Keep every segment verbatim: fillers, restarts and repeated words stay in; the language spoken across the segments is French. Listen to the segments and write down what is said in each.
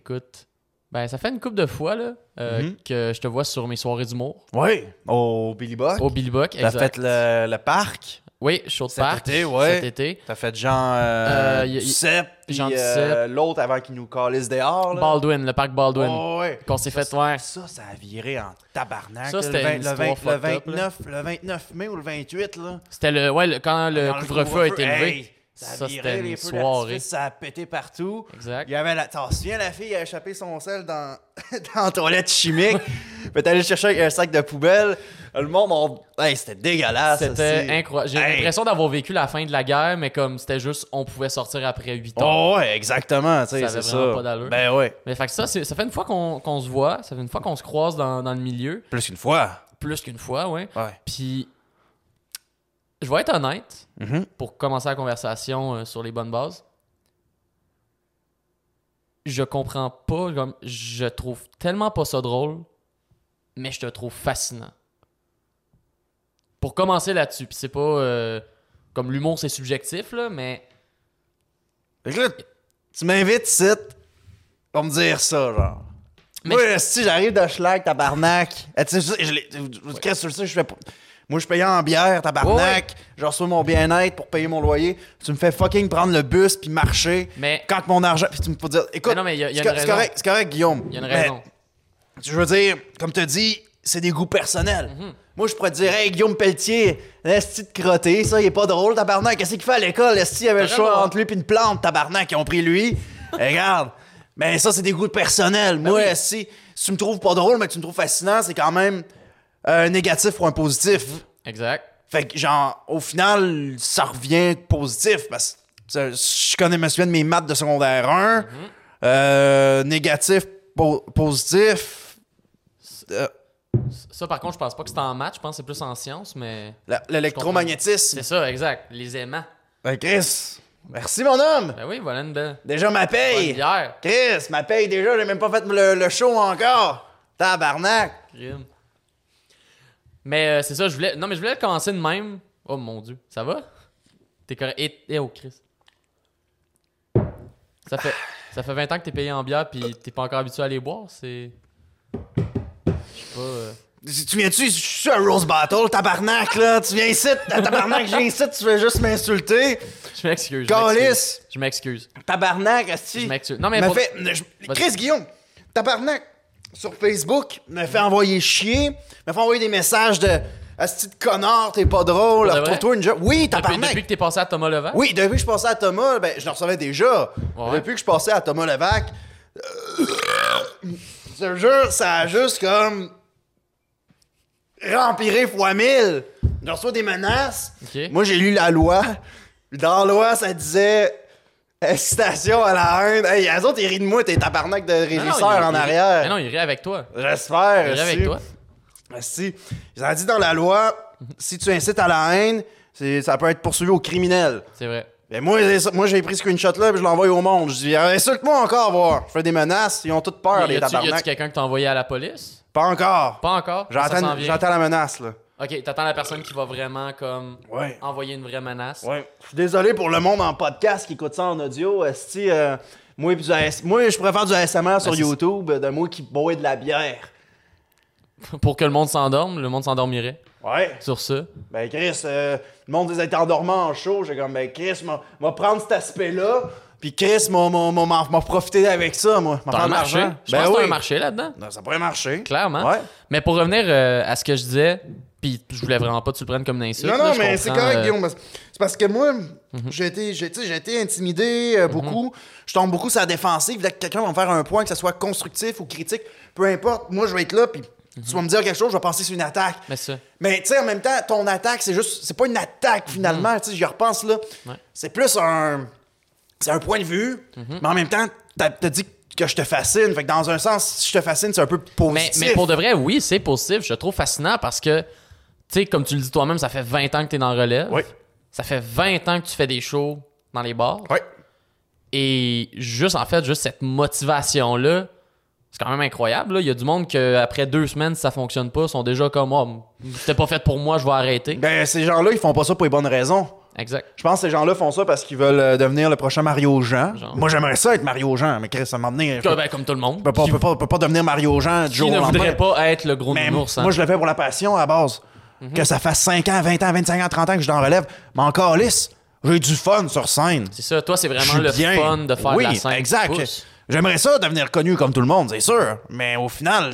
écoute, ben ça fait une couple de fois là, euh, mm-hmm. que je te vois sur mes soirées d'humour. Oui, au Billy Buck. Au Billy Buck, exact. T'as fait le, le parc. Oui, show de cet parc. Été, ouais. Cet été. T'as fait Jean euh, euh, y, Duceppe, puis Jean euh, l'autre avant qu'il nous calisse dehors. Là. Baldwin, le parc Baldwin. Oh, ouais. Qu'on s'est ça, fait, ouais. Ça, ça a viré en tabarnak. Ça, là, c'était le, vingt, une le, vingt, le, vingt-neuf, up, le vingt-neuf mai ou le vingt-huit, là. C'était le, ouais, le, quand le quand couvre-feu, couvre-feu a été levé. Hey, ça a ça, viré, c'était les une feux soirée. Ça a pété partout. Exact. Il y avait la... T'en souviens, la fille a échappé son sel dans, dans la toilette chimique. Puis t'es allé chercher avec un sac de poubelle. Le monde, on... hey, c'était dégueulasse. C'était incroyable. J'ai hey. l'impression d'avoir vécu la fin de la guerre, mais comme c'était juste, on pouvait sortir après huit ans. Oh ouais, exactement. Ça avait c'est vraiment ça. pas d'allure. Ben ouais. Mais fait que ça, c'est, ça fait une fois qu'on, qu'on se voit, ça fait une fois qu'on se croise dans, dans le milieu. Plus qu'une fois. Plus qu'une fois, ouais. Ouais. Puis, je vais être honnête, mm-hmm. pour commencer la conversation euh, sur les bonnes bases. Je comprends pas, comme, je trouve tellement pas ça drôle, mais je te trouve fascinant. Pour commencer là-dessus, puis c'est pas... Euh, comme l'humour, c'est subjectif, là, mais... Fait que là, tu m'invites ici pour me dire ça, genre. Mais moi, je... si j'arrive de Schlag, tabarnak... Tu sais, je l'ai... Qu'est-ce que tu sais, je fais... Moi, je payais en bière, tabarnak. Ouais. Je reçois mon bien-être pour payer mon loyer. Tu me fais fucking prendre le bus puis marcher. Mais... Quand mon argent... Puis tu me faut dire... Écoute, mais non, mais y a, y a c'est, une c'est, raison. correct, c'est correct, Guillaume. Il y a une raison. Mais, je veux dire, comme tu as dit, c'est des goûts personnels. Mm-hmm. Moi, je pourrais te dire, hey, Guillaume Pelletier, l'esti de crotté, ça, il est pas drôle, tabarnak. Qu'est-ce qu'il fait à l'école? L'esti, il avait le choix entre lui et une plante, tabarnak. Ils ont pris lui. Regarde. Mais ça, c'est des goûts personnels. Ben Moi, oui. si, si tu me trouves pas drôle, mais que tu me trouves fascinant, c'est quand même un négatif ou un positif. Mm-hmm. Exact. Fait que, genre, au final, ça revient positif parce que je connais, me souviens de mes maths de secondaire un. Mm-hmm. Euh, négatif, po- positif. Euh, Ça, par contre, je pense pas que c'est en maths. Je pense que c'est plus en sciences, mais... La, l'électromagnétisme. C'est ça, exact. Les aimants. Ben, Chris, merci, mon homme. Ben oui, voilà une belle... Déjà, ma paye. Bonne bière. Chris, ma paye, déjà, j'ai même pas fait le, le show encore. Tabarnak. Crime. Mais euh, c'est ça, je voulais... Non, mais je voulais commencer de même. Oh, mon Dieu. Ça va? T'es correct. Et, et oh, Chris. Ça fait... Ça fait vingt ans que t'es payé en bière pis t'es pas encore habitué à les boire, c'est... Je sais pas... Euh... Tu viens-tu, je suis à Rose Battle, tabarnak, là. Tu viens ici, tabarnak, je viens ici, tu veux juste m'insulter. Je m'excuse. Calice. Je m'excuse. Tabarnak, asti. Je m'excuse. Non, mais... Me pour... fait, je, Chris Guillaume, tabarnak, sur Facebook, me fait envoyer chier, me fait envoyer des messages de... Asti de connard, t'es pas drôle, retrouve-toi une job. Oui, tabarnak. Depuis, depuis que t'es passé à Thomas Levac? Oui, depuis que je passais à Thomas, ben, je le recevais déjà. Ouais. Depuis que je passais à Thomas Levac, euh, je te jure, ça a juste comme rempiré fois mille. Je reçois des menaces. Okay. Moi, j'ai lu la loi. Dans la loi, ça disait incitation à la haine. Hey, les autres, ils rient de moi, t'es tabarnak de régisseur en il, arrière. Mais non, il rit avec toi. J'espère. Il rit avec toi. Si. Ils ont dit dans la loi, si tu incites à la haine, c'est, ça peut être poursuivi au criminel. C'est vrai. Et moi, moi, j'ai pris ce screenshot là et je l'envoie au monde. Je dis, insulte-moi encore, voir. Je fais des menaces, ils ont toutes peur, les tabarnak. Y a-tu quelqu'un que t'as envoyé à la police? Pas encore. Pas encore? J'entends, j'entends la menace, là. Ok, t'attends la personne qui va vraiment, comme, ouais. envoyer une vraie menace. Ouais. Je suis désolé pour le monde en podcast qui écoute ça en audio. Esti, euh, moi, moi, je pourrais faire du A S M R sur ben, YouTube de moi qui boit de la bière. Pour que le monde s'endorme, le monde s'endormirait. Ouais. Sur ça. Ben, Chris, euh, le monde des être endormant en show. J'ai comme, ben, Chris, m'a prendre cet aspect-là. Puis Chris m'a profité avec ça, moi. T'as un marché. Je ben pense oui. que t'as un marché là-dedans. Non, ça pourrait marcher. Clairement. Ouais. Mais pour revenir euh, à ce que je disais, puis je voulais vraiment pas que tu le prennes comme une insulte. Non, non, là, mais c'est correct, euh... Guillaume. C'est parce que moi, mm-hmm. j'ai été, j'ai, j'ai été intimidé euh, beaucoup. Mm-hmm. Je tombe beaucoup sur la défensive. Là, quelqu'un va me faire un point, que ce soit constructif ou critique. Peu importe, moi, je vais être là, puis mm-hmm. tu vas me dire quelque chose, je vais penser sur une attaque. Mais ça. Mais tu sais, en même temps, ton attaque, c'est juste, c'est pas une attaque finalement. Mm-hmm. Tu sais, j'y repense là. Ouais. C'est plus un, c'est un point de vue, mm-hmm. mais en même temps, t'as, t'as dit que je te fascine. Fait que dans un sens, si je te fascine, c'est un peu positif. Mais, mais pour de vrai, oui, c'est positif. Je te trouve fascinant parce que, tu sais, comme tu le dis toi-même, ça fait vingt ans que t'es dans le relève. Oui. Ça fait vingt ans que tu fais des shows dans les bars. Oui. Et juste, en fait, juste cette motivation-là, c'est quand même incroyable. Là. Il y a du monde qu'après deux semaines, si ça fonctionne pas, sont déjà comme oh, c'était pas fait pour moi, je vais arrêter. Ben, ces gens-là, ils font pas ça pour les bonnes raisons. Exact. Je pense que ces gens-là font ça parce qu'ils veulent euh, devenir le prochain Mario Jean. Genre. Moi, j'aimerais ça être Mario Jean, mais Chris, ça m'a amené. Comme, ben, comme tout le monde. Je peux pas, Qui- peux pas, peux pas devenir Mario Jean du Qui jour ne au lendemain. voudrait pas être le gros Mais nounours, hein? moi, je le fais pour la passion à la base. Que ça fasse cinq ans, vingt ans, vingt-cinq ans, trente ans que je t'en relève. Mais encore lisse, j'ai du fun sur scène. C'est ça. Toi, c'est Je vraiment suis le bien. fun de faire oui, de la scène. exact. qui pousse. J'aimerais ça devenir connu comme tout le monde, c'est sûr. Mais au final,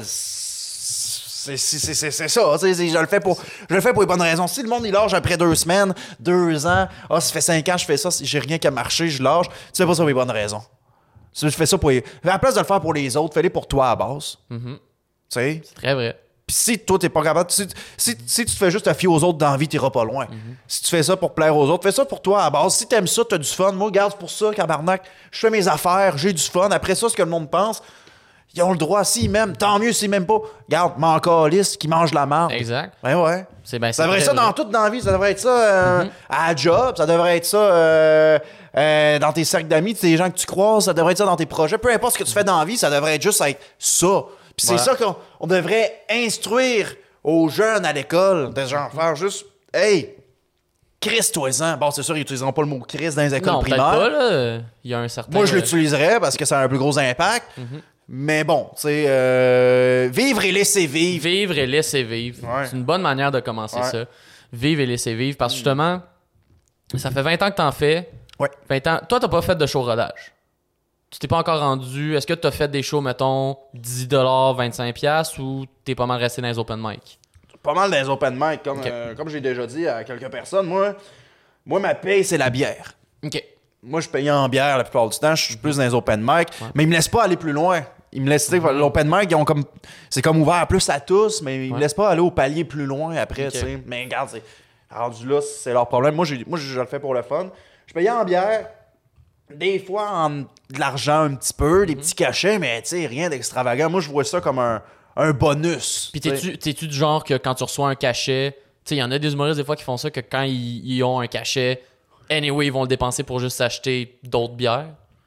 c'est c'est- c'est- c'est- c'est ça. tu sais, c'est- Je le, fais pour, je le fais pour les bonnes raisons. Si le monde il lâche après deux semaines, deux ans, ah, ça fait cinq ans, je fais ça, si j'ai rien qu'à marcher, je lâche. Tu fais pas ça pour les bonnes raisons. Tu fais ça pour les... À la place de le faire pour les autres, fais-le pour toi à base. Mhm. Tu sais? C'est très vrai. Puis si toi, t'es pas capable, si, si, si tu te fais juste te fier aux autres dans la vie, t'iras pas loin. Si tu fais ça pour plaire aux autres, fais ça pour toi à la base. Si t'aimes ça, t'as du fun. Moi, regarde, c'est pour ça, cabarnak. Je fais mes affaires, j'ai du fun. Après ça, ce que le monde pense, ils ont le droit. S'ils m'aiment, tant mieux s'ils m'aiment pas. Regarde, m'en calisse, qui mange la marde. Exact. Ouais, ouais. C'est ben, Ça c'est devrait être très ça dans vrai. toute dans la vie. Ça devrait être ça euh, à la job. Ça devrait être ça euh, euh, dans tes cercles d'amis, tes gens que tu croises. Ça devrait être ça dans tes projets. Peu importe ce que tu fais dans la vie, ça devrait être juste être ça. Puis c'est Voilà. ça qu'on on devrait instruire aux jeunes à l'école. De genre faire juste, hey, Christ-toi-en. Bon, c'est sûr, ils n'utiliseront pas le mot Christ dans les écoles Non, peut-être primaires. pas, là. Il y a un certain... Moi, je l'utiliserais parce que ça a un plus gros impact. Mais bon, tu sais, euh, vivre et laisser vivre. Vivre et laisser vivre. Ouais. C'est une bonne manière de commencer Ouais. ça. Vivre et laisser vivre. Parce que justement, ça fait vingt ans que t'en fais. Ouais. vingt ans. Toi, t'as pas fait de show rodage. Tu t'es pas encore rendu. Est-ce que t'as fait des shows, mettons, dix dollars, vingt-cinq piastres ou t'es pas mal resté dans les open mic? Pas mal dans les open mic, comme, Ok. euh, comme j'ai déjà dit à quelques personnes. Moi, moi ma paye, c'est la bière. OK. Moi, je paye en bière la plupart du temps. Je suis plus dans les open mic. Mais ils me laissent pas aller plus loin. Ils me laissent, tu sais, l'open mic, ils ont comme, c'est comme ouvert plus à tous, mais ils me Ouais. laissent pas aller au palier plus loin après, Ok. tu sais. Mais regarde, c'est rendu là, c'est leur problème. Moi, j'ai, moi, je, je le fais pour le fun. Je paye en bière, des fois en de l'argent un petit peu, Mhm. des petits cachets, mais tu sais, rien d'extravagant. Moi, je vois ça comme un, un bonus. Puis tu sais. t'es-tu, t'es-tu du genre que quand tu reçois un cachet, tu sais, il y en a des humoristes des fois qui font ça, que quand ils, ils ont un cachet, anyway, ils vont le dépenser pour juste s'acheter d'autres bières.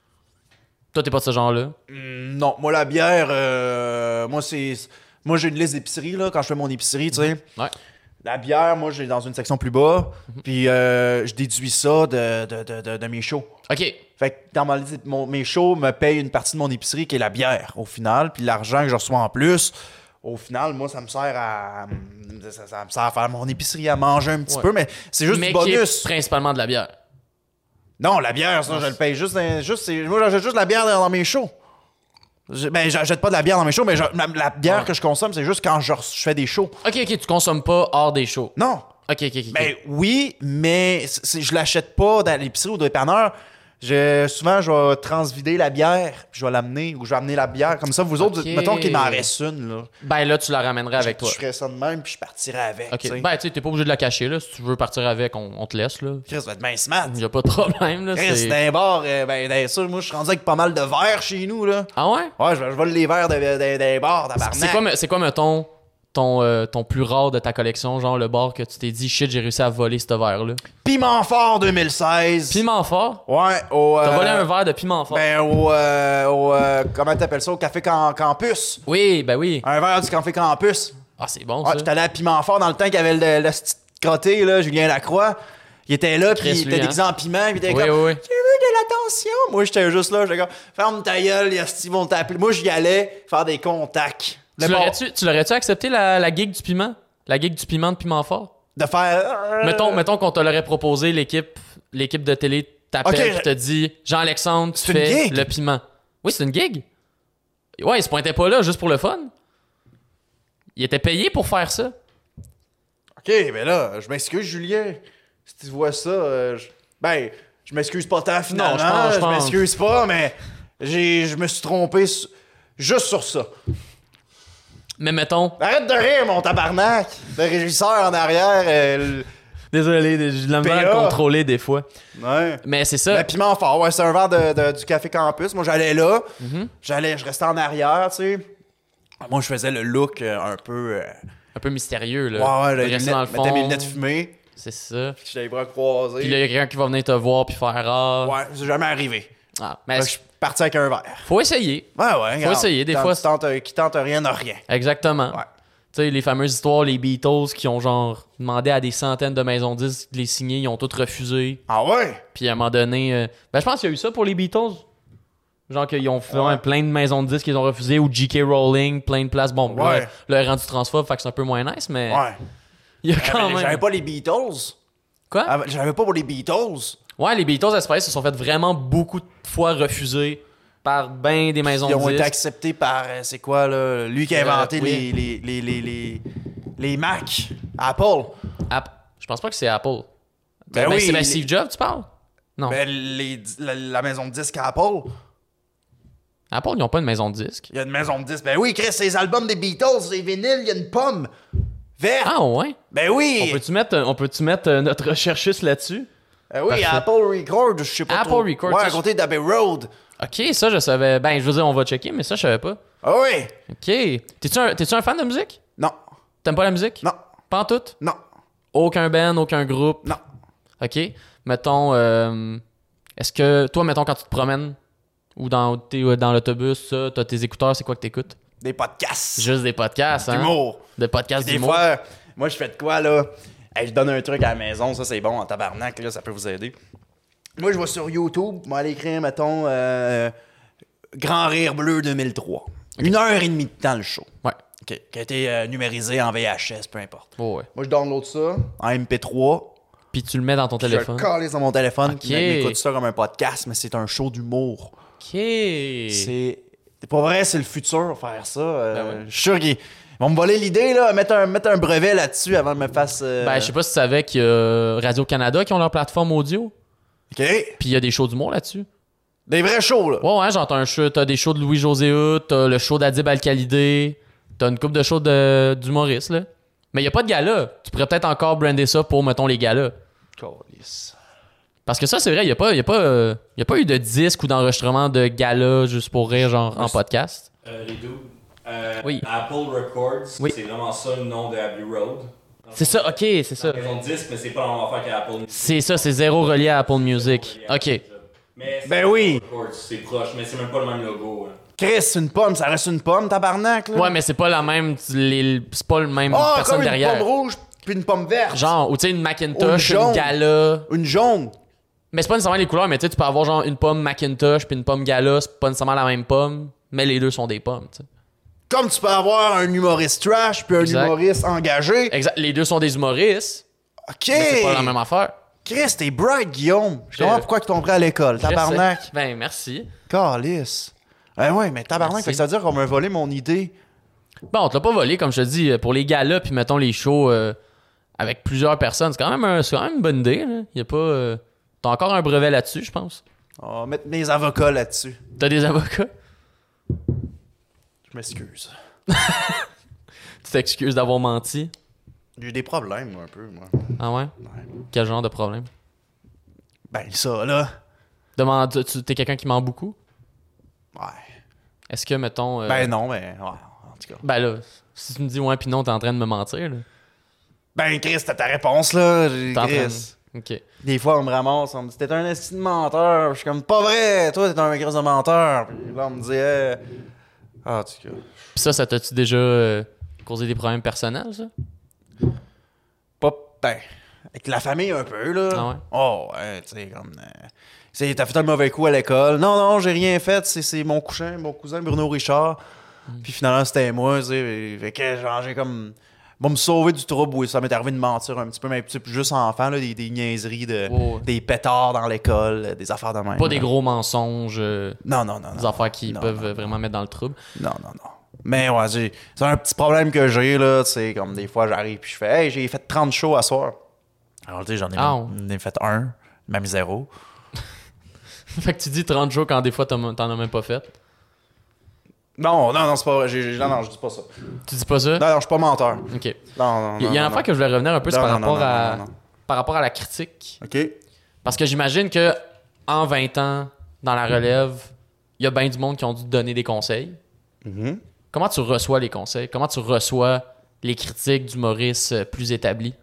Toi, t'es pas de ce genre-là. Mm, Non, moi, la bière, euh, moi, c'est. Moi, j'ai une liste d'épicerie, là, quand je fais mon épicerie, tu sais. Ouais. La bière, moi, j'ai dans une section plus bas, puis euh, je déduis ça de, de, de, de, de mes shows. OK. Fait que dans ma liste, mon- mes shows me payent une partie de mon épicerie qui est la bière, au final, puis l'argent que je reçois en plus, au final, moi, ça me sert à. Ça, ça me sert à faire mon épicerie, à manger un petit Ouais. peu, mais c'est juste Mais du qui est bonus. principalement de la bière. Non, la bière, ça, je le paye juste. dans- juste c'est- moi, j'achète juste la bière dans, dans mes shows. Je- ben, j'achète pas de la bière dans mes shows, mais je- la, la bière Ouais. que je consomme, c'est juste quand je, je fais des shows. OK, OK, tu consommes pas hors des shows. Non. OK, OK, OK. Ben oui, mais c'est- c'est- je l'achète pas dans l'épicerie ou au dépanneur. Je, souvent, je vais transvider la bière, puis je vais l'amener, ou je vais amener la bière. Comme ça, vous autres, Ok. mettons qu'il m'en reste une, là. Ben là, tu la ramènerais avec je, toi. je ferais ça de même, puis je partirais avec. OK. tu sais. Ben, tu sais, t'es pas obligé de la cacher, là. Si tu veux partir avec, on, on te laisse, là. Chris, ça va être bien smart. Y a pas de problème, là. Chris, c'est- dans un bar, euh, ben, dans ça, moi, je suis rendu avec pas mal de verres chez nous, là. Ah ouais? Ouais, je, je vole les verres des de, de, bars, tabarnak. C'est quoi, me- c'est quoi, mettons, ton, euh, ton plus rare de ta collection, genre le bar que tu t'es dit, shit, j'ai réussi à voler ce verre-là? Piment fort deux mille seize. Piment fort? Ouais, au. T'as euh, volé un verre de piment fort? Ben, au. euh, au euh, comment t'appelles ça? Au Café Cam- Campus. Oui, ben oui. Un verre du Café Campus. Ah, c'est bon, Ouais, ça. j'étais allé à Piment Fort dans le temps qu'il y avait le, le petit crotté, là, Julien Lacroix. Il était là, puis Chris, il lui, était hein. déguisé en piment, puis il était Oui, comme. oui, oui. Tu veux de l'attention? Moi, j'étais juste là, j'étais comme. Ferme ta gueule, les hosties vont t'appeler. Moi, j'y allais faire des contacts. Tu Le bon- l'aurais-tu, tu l'aurais-tu accepté la, la gig du piment? La gig du piment de piment fort? De faire. euh, Mettons, mettons qu'on te l'aurait proposé, l'équipe, l'équipe de télé t'appelle Ok, et je- te dit Jean-Alexandre, tu C'est une fais gig? le piment. Oui, c'est une gig. Ouais, il se pointait pas là juste pour le fun. Il était payé pour faire ça. Ok, ben là, je m'excuse, Julien. Si tu vois ça, euh, je- ben, je m'excuse pas tant finalement. je pense- je je pense. m'excuse pas, mais j'ai, je me suis trompé su- juste sur ça. Mais mettons, Arrête de rire, mon tabarnak! Le régisseur en arrière, euh, le- désolé, j'ai de la misère à P A. contrôler des fois. Ouais. Mais c'est ça. Le piment fort, ouais, c'est un verre de, de- du Café Campus. Moi, j'allais là. Mm-hmm. J'allais, je restais en arrière, tu sais. Moi, je faisais le look euh, un peu. euh, Un peu mystérieux, là. ouais, ouais, De j'avais les rester dans le lunettes- mettais mes fond. lunettes fumées. C'est ça. Puis j'avais les bras croisés. Puis là, il y a quelqu'un qui va venir te voir puis faire ah. Ouais, c'est jamais arrivé. Ah, mais Là, je suis parti avec un verre. faut essayer. Ouais, ouais, regarde. essayer, des Tente- fois, Qui tente, qui tente rien n'a rien. Exactement. Ouais. sais, les fameuses histoires, les Beatles qui ont genre demandé à des centaines de maisons de disques de les signer, ils ont toutes refusé. Ah ouais? Puis à un moment donné, euh, ben je pense qu'il y a eu ça pour les Beatles. Genre qu'ils ont fait Ouais. plein de maisons de disques qu'ils ont refusé, ou J K Rowling, plein de places. Bon, Ouais. là, là, elle est rendue transphobe, fait que c'est un peu moins nice, mais Ouais. il y a quand J'avais- même... J'avais pas les Beatles. Quoi? Ah, J'avais pas pour les Beatles. Ouais, les Beatles, à ce se sont fait vraiment beaucoup de fois refuser par ben des maisons Ils de ont été disques. acceptés par, euh, c'est quoi, là? Lui qui a Euh, inventé oui. les, les, les, les, les, les Mac. Apple. App- Je pense pas que c'est Apple. Ben Ben, oui, c'est ben les- Steve Jobs, tu parles? Non. Ben, les, la, la maison de disques à Apple. Apple, ils ont pas une maison de disques. Il y a une maison de disques. Ben oui, Chris, c'est les albums des Beatles, les vinyles, il y a une pomme verte. Ah ouais? Ben oui. On peut-tu mettre, on peut-tu mettre euh, notre recherchiste là-dessus? Ben oui, Parfait. Apple Records, je sais pas Apple trop. Records, Ouais, ça, à côté d'Abbey Road. Ok, ça je savais. Ben, je veux dire, on va checker, mais ça je savais pas. Ah oui. Ok. T'es-tu un, t'es-tu un fan de musique? Non. T'aimes pas la musique? Non. Pas en tout? Non. Aucun band, aucun groupe? Non. Ok. Mettons, euh, est-ce que toi, mettons, quand tu te promènes ou dans, t'es euh, dans l'autobus, ça, t'as tes écouteurs, c'est quoi que t'écoutes? Des podcasts. Juste des podcasts, hein? D'humour. Des podcasts Des d'humour. fois, moi, je fais de quoi, là? Hey, je donne un truc à la maison, ça, c'est bon, en tabarnak, là, ça peut vous aider. Moi, je vais sur YouTube, moi, aller écrire, mettons, euh, Grand Rire Bleu deux mille trois. Une heure et demie de temps, le show. Ouais. OK. Qui a été euh, numérisé en V H S, peu importe. Oh, ouais. Moi, je download ça en M P trois. Puis tu le mets dans ton Je téléphone. le calé sur mon téléphone. Ok. Puis j'écoute ça comme un podcast, mais c'est un show d'humour. Ok. C'est... C'est pas vrai, c'est le futur, faire ça. Euh, Ben ouais. Je suis sûr qu'ils vont me voler l'idée, là, mettre un, mettre un brevet là-dessus avant de me fasse... euh, Ben, je sais pas si tu savais qu'il y a Radio-Canada qui ont leur plateforme audio. OK. Puis il y a des shows d'humour là-dessus. Des vrais shows, là. Ouais, ouais, genre t'as un show, t'as des shows de Louis-José Hood, t'as le show d'Adib Al-Khalidé, t'as une couple de shows de, d'humoristes, là. Mais il y a pas de gala. Tu pourrais peut-être encore brander ça pour, mettons, les galas. Câlisse. Parce que ça, c'est vrai, il y a pas, il y a pas, euh, il y a pas eu de disque ou d'enregistrement de gala juste pour rire, genre en podcast. Euh, les deux. Euh, Oui. Apple Records, Oui. c'est vraiment ça le nom de Abbey Road. C'est ça, ok, c'est ça. Ils ont disque, mais c'est pas la même affaire qu'Apple Music. C'est ça, c'est zéro relié à Apple Music. Ok. Mais c'est Ben Apple oui. Records, c'est proche, mais c'est même pas le même logo. hein. Chris, une pomme, ça reste une pomme, tabarnak, là. Ouais, mais c'est pas la même, les- c'est pas le même Ah, personne comme une derrière. pomme rouge puis une pomme verte. Genre, ou tu sais, une Ou une Macintosh, jaune. une gala. Une jaune. Mais c'est pas nécessairement les couleurs, mais tu sais, tu peux avoir genre une pomme Macintosh puis une pomme Gala, c'est pas nécessairement la même pomme, mais les deux sont des pommes, tu sais. Comme tu peux avoir un humoriste trash puis un Exact. humoriste engagé. Exact. Les deux sont des humoristes, OK. mais c'est pas la même affaire. Chris, t'es bright, Guillaume. Je Je- comprends pourquoi ils t'ont pris à l'école. Je Tabarnak. sais. Ben, merci. Calice. Eh ouais, mais tabarnak, Merci. fait que ça veut dire qu'on m'a volé mon idée. Bon, on te l'a pas volé, comme je te dis, pour les galas, puis mettons les shows euh, avec plusieurs personnes, c'est quand même, un- c'est quand même une bonne idée, là. Y a pas... euh, T'as encore un brevet là-dessus, je pense. On va mettre mes avocats là-dessus. T'as des avocats? Je m'excuse. Tu t'excuses d'avoir menti? J'ai eu des problèmes, moi, un peu, moi. Ah ouais? Quel genre de problème? Ben, ça, là. Demande, tu t'es quelqu'un qui ment beaucoup? Ouais. Est-ce que, mettons... euh, Ben, non, mais. Ouais, en tout cas. Ben là, si tu me dis ouais puis non, t'es en train de me mentir, là. Ben, Chris, t'as ta réponse, là. J'ai- T'es en train Chris. de... Ok. Des fois, on me ramasse, on me dit, t'es un estime de menteur. Je suis comme, pas vrai, toi, t'es un gros de menteur. Puis là, on me dit, eh. Ah, en tout cas. Pis ça, ça t'a-tu déjà euh, causé des problèmes personnels, ça? Pas. Ben. Avec la famille, un peu, là. Ah ouais? Oh, ouais, tu sais, comme. euh, c'est- t'as fait un mauvais coup à l'école. Non, non, j'ai rien fait. C'est, c'est mon cousin, mon cousin Bruno Richard. Mm. Puis finalement, c'était moi, tu sais. Fait que, genre, j'ai comme. Va me sauver du trouble, oui. Ça m'est arrivé de mentir un petit peu, mais tu sais, juste enfant, là, des, des niaiseries, de, Oh, ouais. des pétards dans l'école, des affaires de même. Pas des là. gros mensonges, euh, Non, non, non. des non. affaires qui Non, peuvent non, euh, vraiment mettre dans le trouble. Non, non, non. Mais ouais, j'ai... c'est un petit problème que j'ai, là. Tu sais, comme des fois, j'arrive puis je fais, hey, j'ai fait trente shows à soir. Alors, tu sais, j'en ai, Ah, même- j'en ai fait un, même zéro. Fait que tu dis trente jours quand des fois t'en t'en as même pas fait. Non, non, non, c'est pas vrai. J'ai, j'ai- non, non, je dis pas ça. Tu dis pas ça? Non, non, je suis pas menteur. Ok. Non, non, Il y a, non, y a non, une affaire que je voulais revenir un peu, c'est Non, par, non, rapport non, à, non, non, non. par rapport à la critique. OK. Parce que j'imagine que en vingt ans, dans la relève, il y a bien du monde qui ont dû te donner des conseils. Mhm. Comment tu reçois les conseils? Comment tu reçois les critiques d'humoristes euh, plus établis?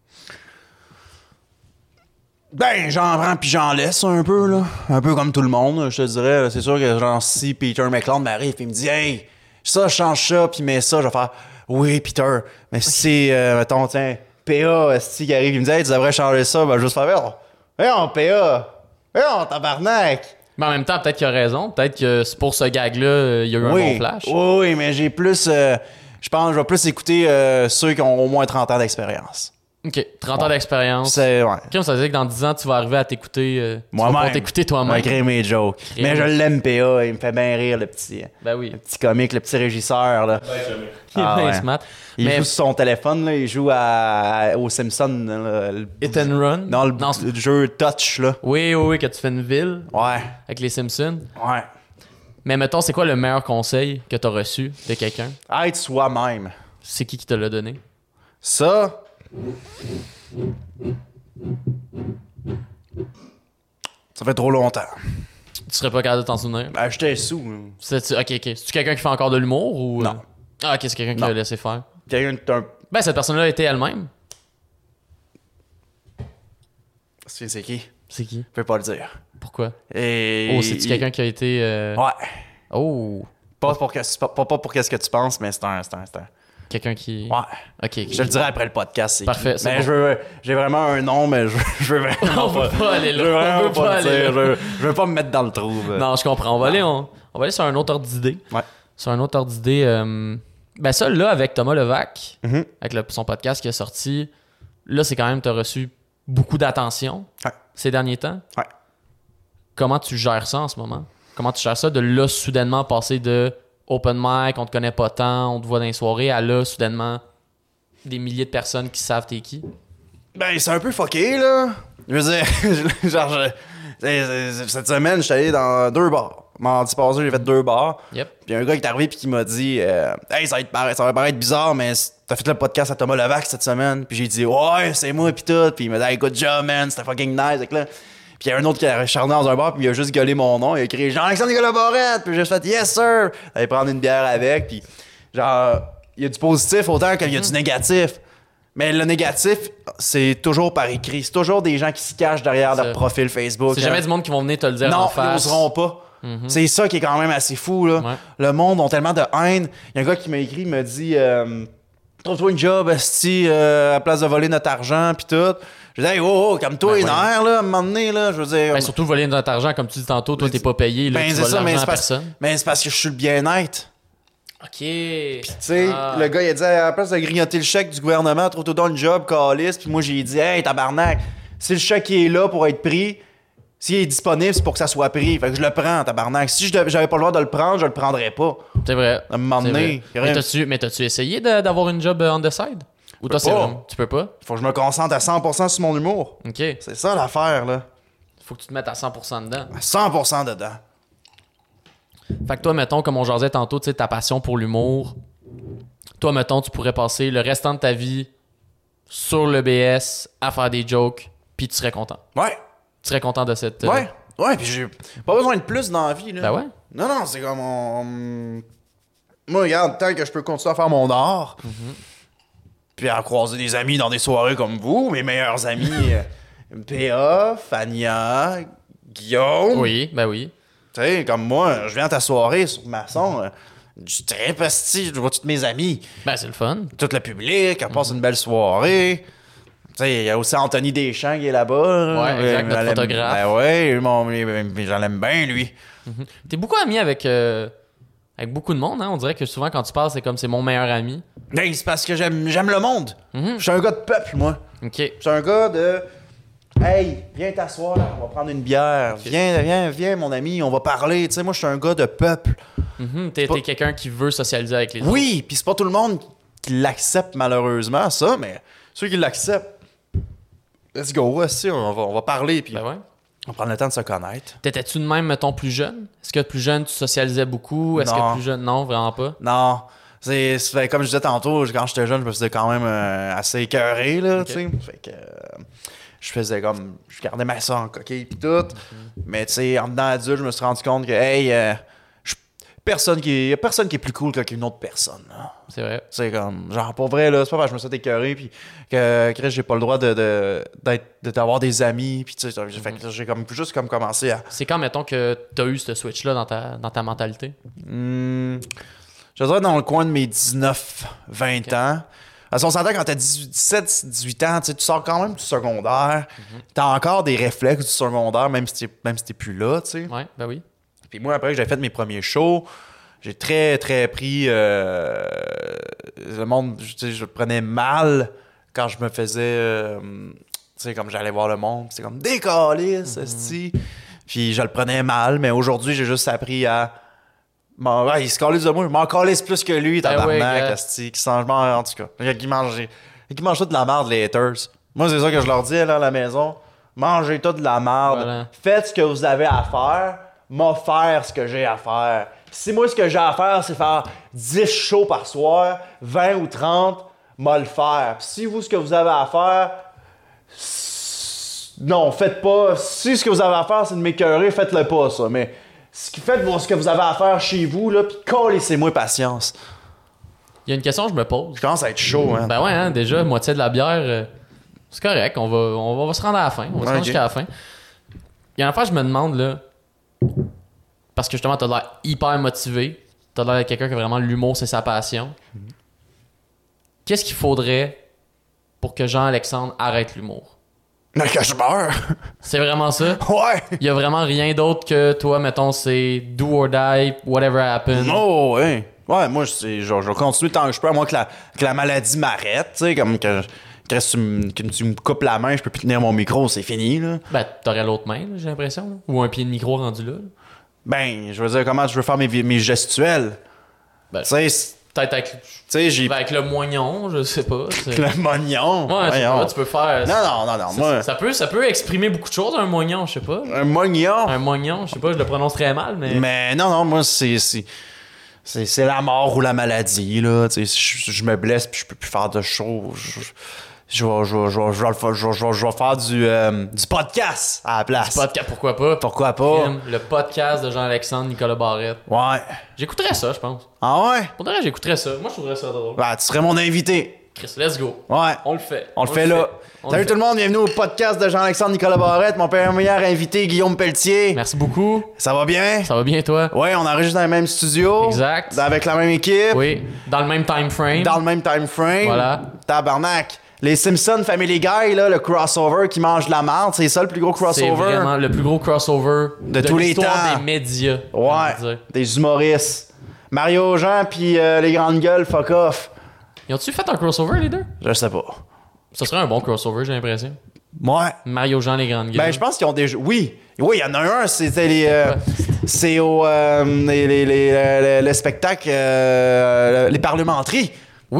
Ben, j'en prends puis j'en laisse un peu, là. Un peu comme tout le monde, je te dirais. là. C'est sûr que, genre, si Peter McLeod m'arrive et me dit, hey, ça, je change ça, puis mets ça, je vais faire, Oui, Peter. Mais si c'est, euh, mettons, tiens, P A, esti, qui arrive, il me dit, hey, tu devrais changer ça, ben, je vais juste faire, voyons, P A, voyons, tabarnak. Mais en même temps, peut-être qu'il a raison. Peut-être que c'est pour ce gag-là, euh, il y a eu Oui. un bon flash. Oui, oui, mais j'ai plus, euh, je pense, je vais plus écouter euh, ceux qui ont au moins trente ans d'expérience. OK. trente ans Ouais. d'expérience. C'est, ouais. Comme ça veut dire que dans dix ans, tu vas arriver à t'écouter. Euh, tu vas Moi-même. pouvoir t'écouter toi-même. Ouais, créer mes jokes. Créer Mais mes- je l'aime, P A. Il me fait bien rire, le petit, Ben oui. le petit comique, le petit régisseur, là. Ben, jamais. Il est Ah bien ouais. smart. Il Mais joue sur son téléphone, là. Il joue à, à- aux Simpsons. là, le- Hit and Run. Non, le, Non, c'est- le jeu Touch, là. oui, oui, oui, que tu fais une ville Ouais. avec les Simpsons. Ouais. Mais mettons, c'est quoi le meilleur conseil que t'as reçu de quelqu'un? Être soi-même. C'est qui qui te l'a donné? Ça. Ça fait trop longtemps. Tu serais pas capable de t'en souvenir? Ben, j'étais sous. là. C'est, ok, ok. C'est-tu quelqu'un qui fait encore de l'humour ou. Non. euh? Ah, ok, c'est quelqu'un qui Non. l'a laissé faire. Quelqu'un qui est un. Ben, cette personne-là était elle-même. C'est c'est qui? C'est qui? Je peux pas le dire. Pourquoi? Et... Oh, c'est-tu quelqu'un qui a été. euh, Ouais. Oh! Pas pour, que, pas, pas pour qu'est-ce que tu penses, mais c'est un, c'est un, c'est un... Quelqu'un qui. Ouais. Ok, ok. Je te le dirai après le podcast. C'est Parfait, qui. c'est Mais bon. je veux, j'ai vraiment un nom, mais je, je veux vraiment On veut pas aller là. Je veux On vraiment veut pas, pas le aller dire. là. Je, veux- je veux pas me mettre dans le trou. là. Non, je comprends. On va aller, on, on va aller sur un autre ordre d'idée. Ouais. Sur un autre ordre d'idée. euh, Ben, ça, là, avec Thomas Levac, Mhm. avec le- son podcast qui est sorti, là, c'est quand même, t'as reçu beaucoup d'attention Ouais. ces derniers temps. Ouais. Comment tu gères ça en ce moment? Comment tu gères ça de là, soudainement, passer de open mic, on te connaît pas tant, on te voit dans les soirées, à là, soudainement, des milliers de personnes qui savent t'es qui? Ben, c'est un peu fucké, là. Je veux dire, genre, je- c'est- c'est- cette semaine, j'étais allé dans deux bars. Mardi passé, j'ai fait deux bars. Yep. Puis un gars qui est arrivé puis qui m'a dit euh, Hey, ça va, être para- ça va paraître bizarre, mais c- t'as fait le podcast à Thomas Levac cette semaine. Puis j'ai dit Ouais, c'est moi, puis tout. Puis il m'a dit Hey, good job, man, c'était fucking nice. Fait que là, puis il y a un autre qui a charné dans un bar, puis il a juste gueulé mon nom. Il a écrit Jean-Alexandre Nicolas Barrette. Puis j'ai juste fait Yes, sir. Allez prendre une bière avec. Puis genre, il y a du positif autant qu'il y a du négatif. Mais le négatif, c'est toujours par écrit. C'est toujours des gens qui se cachent derrière Ça. leur profil Facebook. C'est jamais du monde qui vont venir te le dire en Non, ils face. n'oseront pas. C'est ça qui est quand même assez fou, là. Ouais. Le monde a tellement de haine. Il y a un gars qui m'a écrit, il m'a dit euh, Trouve-toi une job, esti, euh, à la place de voler notre argent, pis tout. Je dis Hey, oh, oh, comme toi, Ben une ouais. air, là, à un moment donné, là. Je veux dire. Ben, surtout voler notre argent, comme tu dis tantôt, toi, t'es pas payé, là, ben, tu c'est voles ça, mais l'argent c'est à parce, personne. mais c'est parce que je suis le bien-être. OK. Tu sais, Ah. le gars, il a dit, à la place de grignoter le chèque du gouvernement, trouve-toi donc une job, calice. Puis moi, j'ai dit, hey, tabarnak, si le chèque est là pour être pris, s'il est disponible, c'est pour que ça soit pris. Fait que je le prends, tabarnak. Si je dev- j'avais pas le droit de le prendre, je le prendrais pas. C'est vrai. À un moment C'est donné, vrai. rien- Mais t'as-tu, mais t'as-tu essayé de- d'avoir une job euh, on the side? Ou toi, c'est pas. vraiment- Tu peux pas? Faut que je me concentre à cent pour cent sur mon humour. OK. C'est ça l'affaire, là. Faut que tu te mettes à cent pour cent dedans. À cent pour cent dedans. Fait que toi, mettons, comme on jasait tantôt, tu sais, ta passion pour l'humour, toi, mettons, tu pourrais passer le restant de ta vie sur le B S à faire des jokes, puis tu serais content. Ouais. Tu serais content de cette... euh, Ouais. Ouais, puis j'ai pas besoin de plus dans la vie, là. Ben ouais. Non, non, c'est comme on... Moi, regarde, tant que je peux continuer à faire mon art, puis à croiser des amis dans des soirées comme vous, mes meilleurs amis, euh, P A, Fania, Guillaume. Oui, ben oui. Tu sais, comme moi, je viens à ta soirée sur Masson, euh, je tripe, esti, je vois tous mes amis, Ben, c'est le fun. tout le public, on passe une belle soirée. Tu sais, il y a aussi Anthony Deschamps qui est là-bas. là. Ouais, exact, notre je l'aime- photographe. Ben ouais, mon, mais je l'aime bien, lui. T'es beaucoup ami avec, euh, avec beaucoup de monde, hein? On dirait que souvent, quand tu parles, c'est comme c'est mon meilleur ami. Ben, c'est parce que j'aime j'aime le monde. Je suis un gars de peuple, moi. OK. Je suis un gars de Hey, viens t'asseoir, on va prendre une bière. Viens, viens, viens, mon ami, on va parler. Tu sais, moi, je suis un gars de peuple. Mhm, T'es pas- t'es quelqu'un qui veut socialiser avec les autres. Oui, puis c'est pas tout le monde qui l'accepte, malheureusement, ça, mais ceux qui l'acceptent, let's go, aussi, on va, on va parler, puis Ben ouais. on va prendre le temps de se connaître. T'étais-tu de même, mettons, plus jeune? Est-ce que plus jeune, tu socialisais beaucoup? Est-ce Non. que plus jeune, non, vraiment pas? Non. C'est, c'est- comme je disais tantôt, quand j'étais jeune, je me faisais quand même euh, assez écœuré, là, Ok. tu sais. Fait que euh, je faisais comme. Je gardais ma sang en coquille pis tout. Mhm. Mais tu sais, en devenant adulte, je me suis rendu compte que, hey, euh, je- personne qui. Y a personne qui est plus cool qu'une autre personne, là. C'est vrai. C'est comme, genre, pour vrai, là, c'est pas parce que je me suis écœuré, puis que, Chris, j'ai pas le droit de, de, d'être, de- d'avoir des amis, puis tu sais, j'ai, fait que j'ai comme, juste comme commencé à. C'est quand, mettons, que t'as eu ce switch-là dans ta, dans ta mentalité? Hmm, Je dirais dans le coin de mes dix-neuf vingt okay. ans. Parce qu'on s'entend quand t'as dix-sept dix-huit ans, tu sors quand même du secondaire. Mm-hmm. T'as encore des réflexes du secondaire, même si t'es, même si t'es plus là, tu sais. Ouais, ben oui. Puis moi, après que j'ai fait mes premiers shows, j'ai très, très pris... Euh, le monde, je, je le prenais mal quand je me faisais... Euh, tu sais, comme j'allais voir le monde, c'est comme « Décalisse, esti! » Puis je le prenais mal, mais aujourd'hui, j'ai juste appris à... Ouais, il se calisse de moi, je m'en calisse plus que lui, tabarnak, esti, qui change, en tout cas. Qui mange, qui mange tout de la merde, les haters. Moi, c'est ça que je leur dis, là, à la maison. Mangez tout de la merde. Voilà. Faites ce que vous avez à faire. M'a faire ce que j'ai à faire. Si moi, ce que j'ai à faire, c'est faire dix shows par soir, vingt ou trente, m'a le faire. Puis si vous, ce que vous avez à faire... Non, faites pas. Si ce que vous avez à faire, c'est de m'écœurer, faites-le pas, ça. Mais... Faites ce que vous avez à faire chez vous, là, pis laissez-moi patience. Il y a une question que je me pose. Je commence à être chaud, hein. Ben ouais, hein, déjà, moitié de la bière, euh, c'est correct, on va, on, va, on va se rendre à la fin. On va se rendre okay. jusqu'à la fin. Il y a une fois, je me demande, là, parce que justement, t'as l'air hyper motivé, t'as l'air de quelqu'un qui a vraiment l'humour, c'est sa passion. Mm-hmm. Qu'est-ce qu'il faudrait pour que Jean-Alexandre arrête l'humour? Mais que je meurs! C'est vraiment ça? Ouais! Il y a vraiment rien d'autre que toi, mettons, c'est do or die, whatever happens. Oh, ouais! Ouais, moi, c'est, genre, je vais continuer tant que je peux, à moins que la, que la maladie m'arrête, tu sais, comme que, que, tu me, que tu me coupes la main, je peux plus tenir mon micro, c'est fini, là. Ben, t'aurais l'autre main, là, j'ai l'impression, là. Ou un pied de micro rendu là. là. Ben, je veux dire, comment je veux faire mes, mes gestuels? Ben, tu sais, peut-être avec, j'ai... avec le moignon, je sais pas. C'est... Le moignon? Ouais, c'est pas, tu peux faire... Non, non, non, non. Ça, moi... ça, peut, ça peut exprimer beaucoup de choses, un moignon, je sais pas. Un moignon? Un moignon, je sais pas, je le prononce très mal, mais... Mais non, non, moi, c'est... c'est... C'est, c'est la mort ou la maladie, là. Tu sais, je, je me blesse puis je peux plus faire de show. Je, je, vais, je, vais, je, vais, je, vais, je, vais, je, vais, je vais faire du, euh, du podcast à la place. Du podcast, pourquoi pas? Pourquoi pas? Film, le podcast de Jean-Alexandre Nicolas Barrette. Ouais. J'écouterais ça, je pense. Ah ouais? Pour de vrai, j'écouterais ça. Moi, je trouverais ça drôle. Bah, tu serais mon invité. Chris, let's go. Ouais. On le fait. On, on le fait, fait là. On Salut tout le monde, bienvenue au podcast de Jean-Alexandre Nicolas Barrette, mon premier invité, Guillaume Pelletier. Merci beaucoup. Ça va bien? Ça va bien, toi? Ouais, on enregistre dans le même studio. Exact. Avec la même équipe. Oui, dans le même time frame. Dans le même time frame. Voilà. Tabarnak. Les Simpsons Family Guy, là, le crossover qui mange de la merde, c'est ça le plus gros crossover? C'est vraiment le plus gros crossover de, de tous les temps. Des médias. Ouais, des humoristes. Mario Jean puis euh, les grandes gueules, fuck off. Ils ont-tu fait un crossover, les deux? Je sais pas. Ça serait un bon crossover, j'ai l'impression. Ouais. Mario Jean, les grandes gueules. Ben, je pense qu'ils ont déjà... Oui. Oui, il y en a un, c'était les... Euh, c'est au... Euh, les, les, les, les, les spectacles... Euh, les parlementeries.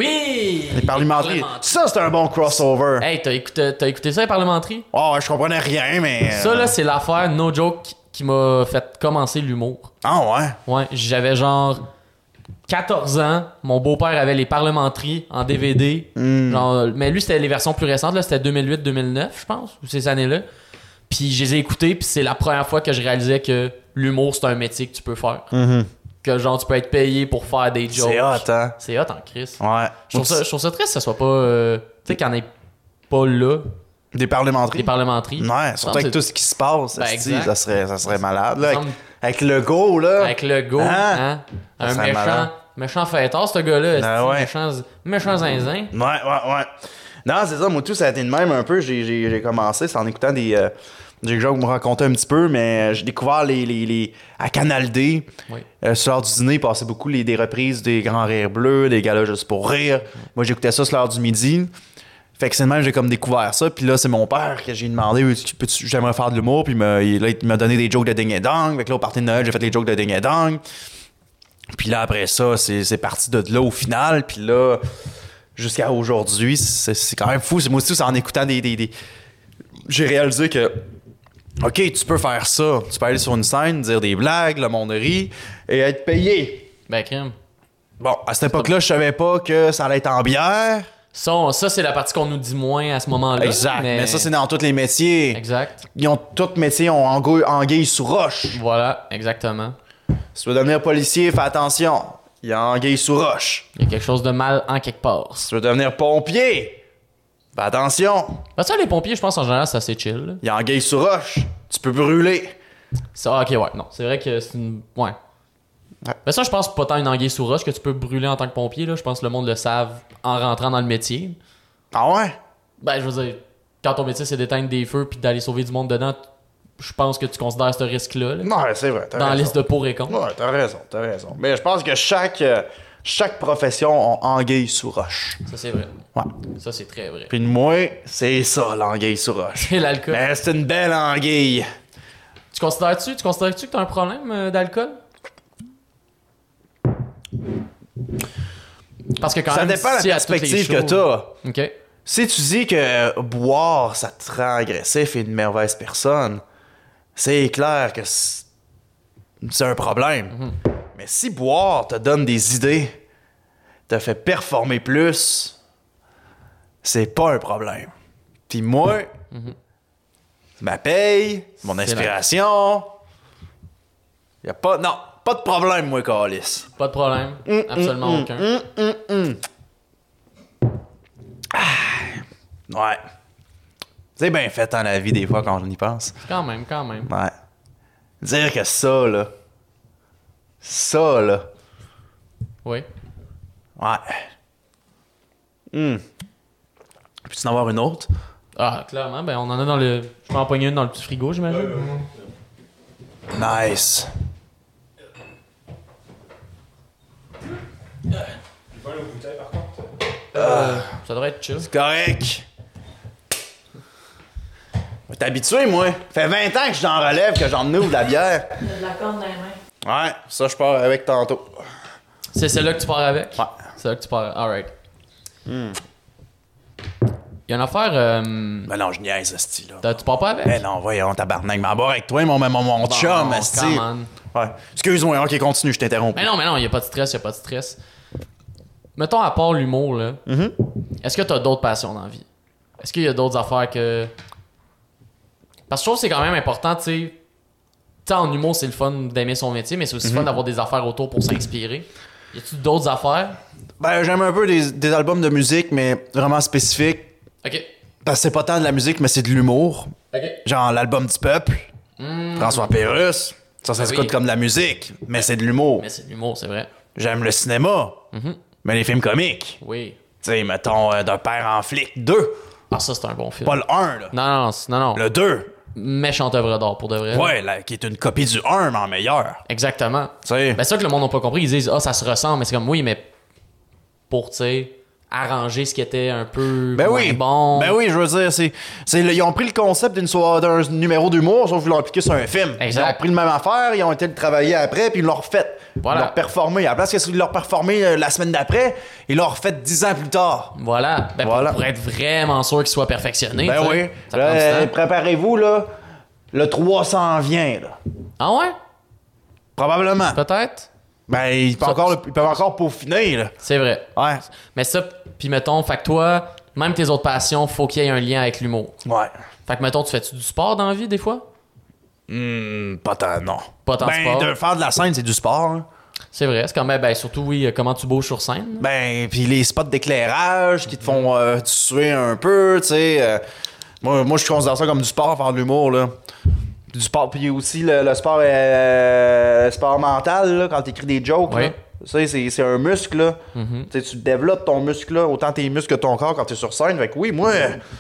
Oui! Les parlementeries. Ça, c'est un bon crossover. Hey, t'as écouté, t'as écouté ça, les parlementeries? Oh, je comprenais rien, mais... Ça, là, c'est l'affaire, no joke, qui m'a fait commencer l'humour. Ah ouais? Ouais, j'avais genre quatorze ans. Mon beau-père avait les parlementeries en D V D. Mm. Genre, mais lui, c'était les versions plus récentes, là. C'était deux mille huit deux mille neuf, je pense, ou ces années-là. Puis je les ai écoutés, puis c'est la première fois que je réalisais que l'humour, c'est un métier que tu peux faire. Mm-hmm. Que genre tu peux être payé pour faire des jokes. C'est hot, hein? C'est hot en Christ. Ouais. Je trouve, ça, je trouve ça triste que ça soit pas... Euh, tu sais, qu'il n'y en ait pas là. Des parlementeries? Des parlementeries. Ouais, surtout avec tout ce qui se passe, ben, ça, serait, ça serait malade. Là, avec, avec le go, là. Avec le go, hein? hein? Un méchant, malade. méchant fêtard, ce gars-là. Ah ouais. Méchant, méchant zinzin. Ouais, ouais, ouais. Non, c'est ça, moi tout, ça a été de même un peu. J'ai, j'ai, j'ai commencé, c'est en écoutant des... Euh, j'ai déjà me raconter un petit peu, mais j'ai découvert les, les, les à Canal D. Oui. Euh, sur l'heure du dîner, il passait beaucoup les, des reprises des Grands Rires Bleus, des galas juste pour rire. Oui. Moi, j'écoutais ça sur l'heure du midi. Fait que c'est de même j'ai comme découvert ça. Puis là, c'est mon père que j'ai demandé peux-tu, j'aimerais faire de l'humour. Puis là, il m'a donné des jokes de ding et dong. Fait que là, au party de Noël, j'ai fait des jokes de ding et dong. Puis là, après ça, c'est, c'est parti de là au final. Puis là, jusqu'à aujourd'hui, c'est, c'est quand même fou. C'est, moi aussi, c'est en écoutant des, des, des... J'ai réalisé que OK, tu peux faire ça. Tu peux aller sur une scène, dire des blagues, le monde rit et être payé. Ben, crème. Bon, à cette époque-là, je savais pas que ça allait être en bière. Ça, on, ça, c'est la partie qu'on nous dit moins à ce moment-là. Exact. Mais, mais ça, c'est dans tous les métiers. Exact. Ils ont tous les métiers ont angu- anguille sous roche. Voilà, exactement. Si tu veux devenir policier, fais attention. Il y a anguille sous roche. Il y a quelque chose de mal en quelque part. Si tu veux devenir pompier, fais attention. Ben ça, les pompiers, je pense, en général, c'est assez chill. Il y a anguille sous roche. Tu peux brûler. Ça, ok, ouais. Non, c'est vrai que c'est une... Ouais. Ouais. Mais ça, je pense pas tant une anguille sous roche que tu peux brûler en tant que pompier. Là. Je pense que le monde le savent en rentrant dans le métier. Ah ouais? Ben, je veux dire, quand ton métier c'est d'éteindre des feux puis d'aller sauver du monde dedans, je pense que tu considères ce risque-là. Là, Non, c'est vrai. T'as dans la raison. liste de pour et contre. Ouais, t'as raison, t'as raison. Mais je pense que chaque, euh, chaque profession a anguille sous roche. Ça, c'est vrai. Ouais. Ça, c'est très vrai. Puis moi, c'est ça, l'anguille sous roche. C'est l'alcool. Mais c'est une belle anguille. Tu considères-tu, tu considères-tu que t'as un problème euh, d'alcool? Parce que quand Ça même, dépend de la si à toutes les perspective que shows- t'as. OK. Si tu dis que boire, ça te rend agressif et une mauvaise personne, c'est clair que c'est c'est un problème. Mais si boire te donne des idées, te fait performer plus, c'est pas un problème. Puis moi, ma paye, mon C'est inspiration, y a pas... Non, pas de problème, moi, Calis. Pas de problème. Mm, Absolument mm, aucun. mm, mm, mm. Ouais. C'est bien fait dans la vie des fois quand on y pense. Quand même, quand même. Ouais. Dire que ça, là. Ça, là. Oui. Ouais. Hum. Peux-tu en avoir une autre? Ah, clairement. Ben, on en a dans le... Je peux en pogner une dans le petit frigo, j'imagine. Nice. J'ai pas une bouteille par contre. Euh, ça devrait être chill. C'est correct. T'es habitué, moi. Fait vingt ans que je t'en relève, que j'en ouvre de la bière. Il y a de la corne dans les mains. Ouais, ça, je pars avec tantôt. C'est celle-là que tu pars avec? Ouais. C'est là que tu pars. Alright. Il y a une affaire. Euh... Ben non, je niaise, esti, là. t'as- Tu pars pas avec? Ben non, voyons, tabarnak. Mais boire avec toi, mon, mon, mon Bon, chum, esti. come on. Ouais. Excuse-moi, ok, continue, je t'interromps. Mais non, mais non, il n'y a pas de stress, il a pas de stress. Mettons, à part l'humour, là, Mhm. est-ce que tu as d'autres passions dans la vie? Est-ce qu'il y a d'autres affaires que. Parce que je trouve que c'est quand même important, tu sais. Tu sais, en humour, c'est le fun d'aimer son métier, mais c'est aussi fun d'avoir des affaires autour pour s'inspirer. Y a-tu d'autres affaires? Ben, j'aime un peu des, des albums de musique, mais vraiment spécifiques. Ok. Parce que c'est pas tant de la musique, mais c'est de l'humour. Ok. Genre l'album du peuple, Hmm. François Pérusse. Ça, ça Ben s'écoute oui. comme de la musique, mais c'est de l'humour. Mais c'est de l'humour, c'est vrai. J'aime le cinéma, Mhm. mais les films comiques. Oui. Tu sais, mettons, euh, d'un père en flic deux. Ah, ça, c'est un bon film. Pas le un, là. Non, non, non, c'est- non, non. Le deux. Méchante œuvre d'art, pour de vrai. Ouais, là, qui est une copie du un, mais en meilleur. Exactement. Tu sais. Ben, c'est ça que le monde n'a pas compris. Ils disent, ah, ça se ressemble, mais c'est comme, oui, mais pour, tu sais, arranger ce qui était un peu Ben moins oui. bon. Ben oui, je veux dire, c'est, c'est le- ils ont pris le concept d'une soirée, d'un numéro d'humour, sauf qu'ils l'ont appliqué sur un film. Exact. Ils ont pris le même affaire, ils ont été le travailler après, puis ils l'ont refait. Voilà. Ils l'ont performé. À la place qu'ils l'ont performé euh, la semaine d'après, ils l'ont refait dix ans plus tard. Voilà. Ben, pour- Voilà. Pour, être vraiment sûr qu'il soit perfectionné. Ben tu sais. oui. Ça prend du Euh, temps. préparez-vous, là. Le trois cents vient, là. Ah ouais? Probablement. Peut-être? Ben, ils peuvent, Ça- encore, le- ils peuvent encore peaufiner, là. C'est vrai. Ouais. Mais ça, puis mettons, fait que toi, même tes autres passions, faut qu'il y ait un lien avec l'humour. Ouais. Fait que mettons, tu fais-tu du sport dans la vie des fois? Hmm, pas tant, non. Pas tant de ben, sport. de faire de la scène, c'est du sport, hein. C'est vrai, c'est quand même, ben surtout, oui, euh, comment tu bouges sur scène. Ben, puis les spots d'éclairage qui te font euh, suer un peu, tu sais. euh, moi, moi je considère ça comme du sport, faire de l'humour, là. Du sport, puis aussi le, le sport, euh, le sport mental, là, quand t'écris des jokes, Oui. là. Tu sais, c'est, c'est un muscle, là. Mhm. Tu sais, tu développes ton muscle, là, autant tes muscles que ton corps quand t'es sur scène. Fait que oui, moi,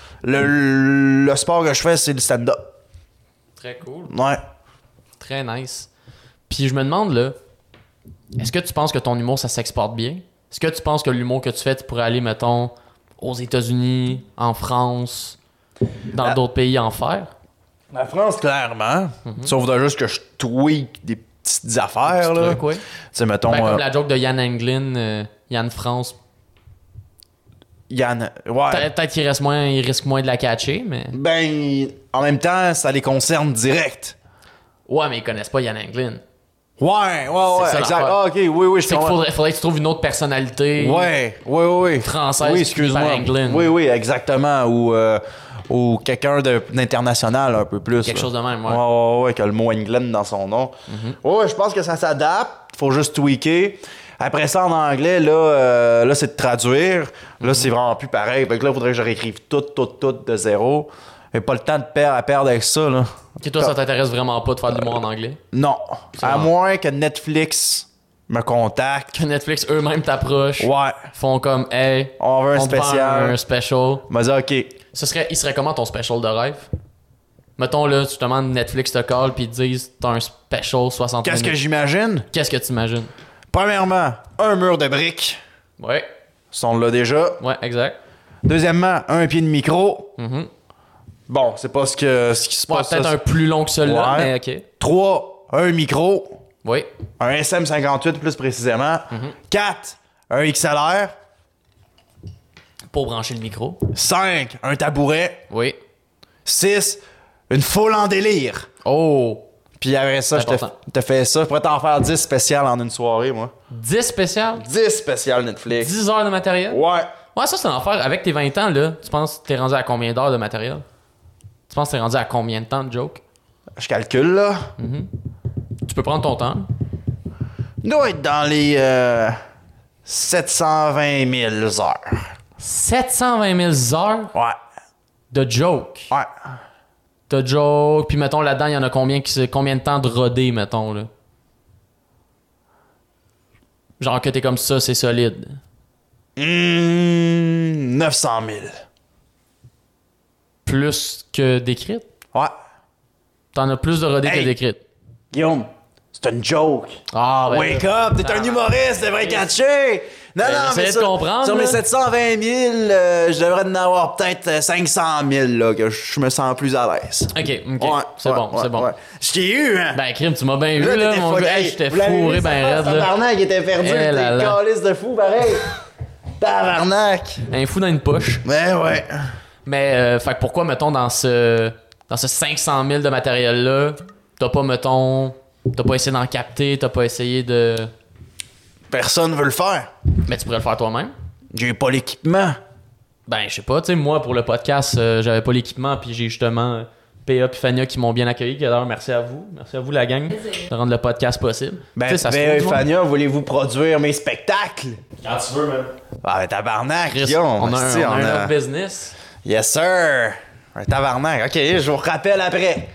le, le sport que je fais, c'est le stand-up. Très cool. Ouais. Très nice. Puis je me demande, là, est-ce que tu penses que ton humour, ça s'exporte bien? Est-ce que tu penses que l'humour que tu fais, tu pourrais aller, mettons, aux États-Unis, en France, dans Ah. d'autres pays en faire? La France, clairement. Sauf de juste que je tweak des petites affaires, là. Truc, ouais. Tu sais, mettons... Ben, euh, comme la joke de Yann Englin, euh, Yann France. Yann... Ouais. Peut- Peut-être qu'il reste moins, il risque moins de la catcher, mais. Ben, en même temps, ça les concerne direct. Ouais, mais ils connaissent pas Yann Englin. Ouais, ouais, ouais, C'est ça, exact. l'affaire. Ah, ok, oui, oui, je C'est qu'il comprends. faudrait, faudrait que tu trouves une autre personnalité. Ouais, ouais, ouais, ouais. Française Oui, qui finit excuse-moi. par Englin. Oui, oui, exactement. Ou, euh, ou quelqu'un de- d'international un peu plus. Quelque là. chose de même, ouais. Ouais, ouais, ouais, qui a le mot England dans son nom. Ouais, ouais, je pense que ça s'adapte. Faut juste tweaker. Après ça, en anglais, là, euh, là c'est de traduire. Là, c'est vraiment plus pareil. Fait que là, il faudrait que je réécrive tout, tout, tout de zéro. J'ai pas le temps de perdre à perdre avec ça, là. Ok, toi, ça t'intéresse vraiment pas de faire de l'humour en anglais? Non. C'est À vrai. moins que Netflix me contactent. Que Netflix eux-mêmes t'approchent. Ouais. Font comme, hey, On veut un on te vend spécial. un special. m'a dit, OK. Ce serait, il serait comment ton special de rêve? Mettons là, tu te demandes Netflix te call puis ils te disent t'as un special soixante Qu'est-ce que minutes. j'imagine? Qu'est-ce que tu imagines? Premièrement, un mur de briques. Ouais, Sont là déjà. ouais, exact. Deuxièmement, un pied de micro. Mhm. Bon, c'est pas ce, que, ce qui se Ouais, passe. peut-être ça, un plus long que celui-là, Ouais. mais ok. Trois, un micro. Oui. Un S M cinquante-huit plus précisément. Mhm. Quatre, un X L R. Pour brancher le micro. Cinq, un tabouret. Oui. Six, une foule en délire. Oh! Puis après ça, je C'est te important. te fais ça. Je pourrais t'en faire dix spéciales en une soirée, moi. dix spéciales? dix spéciales Netflix. dix heures de matériel? Ouais. Ouais, ça, c'est un affaire. Avec tes vingt ans, là, tu penses que t'es rendu à combien d'heures de matériel? Tu penses que t'es rendu à combien de temps de joke? Je calcule, là. Tu peux prendre ton temps. Il doit être dans les euh, sept cent vingt mille heures. sept cent vingt mille heures Ouais. de joke. Ouais. De joke. Puis mettons là-dedans, il y en a combien qui se- combien de temps de rodé, mettons, là? Genre que t'es comme ça, c'est solide. Mmh, neuf cent mille. Plus que d'écrite? Ouais. T'en as plus de rodé Hey! que d'écrite. Guillaume, c'est une joke. Ah, ben. Wake là. up, t'es un Ah. humoriste, devrais catcher. Non, Ben, non, j'essayais mais de sur, comprendre, sur mes là. sept cent vingt mille, euh, je devrais en avoir peut-être euh, cinq cent mille, là, que je me sens plus à l'aise. Ok, ok. Ouais, c'est ouais, bon, ouais, c'est bon. ouais. Je t'ai eu, hein? Ben, crime, tu m'as bien eu, Là, là, t'étais mon fuck- gars. hey, J'étais vous l'avez fourré vu, ben ça, raide, là. Tabarnak, il était perdu, Eh t'es là là. calice de fou, pareil. Tabarnak. Un fou dans une poche. Mais ouais. Mais, euh, fait que pourquoi, mettons, dans ce, dans ce cinq cent mille de matériel-là, t'as pas, mettons, t'as pas essayé d'en capter, t'as pas essayé de. Personne veut le faire. Mais tu pourrais le faire toi-même? J'ai pas l'équipement. Ben, je sais pas, tu sais, moi, pour le podcast, euh, j'avais pas l'équipement, puis j'ai justement euh, P A puis Fania qui m'ont bien accueilli. D'ailleurs, merci à vous. Merci à vous, la gang, de rendre le podcast possible. Ben, Tu sais, ça se ben, trouve, Fania, voulez-vous produire mes spectacles? Quand tu veux, man. Ah, ben, tabarnak, Chris, Guillaume, on a un, esti, on a un on a- autre business. Yes, sir! Un tabarnak. OK, je vous rappelle après.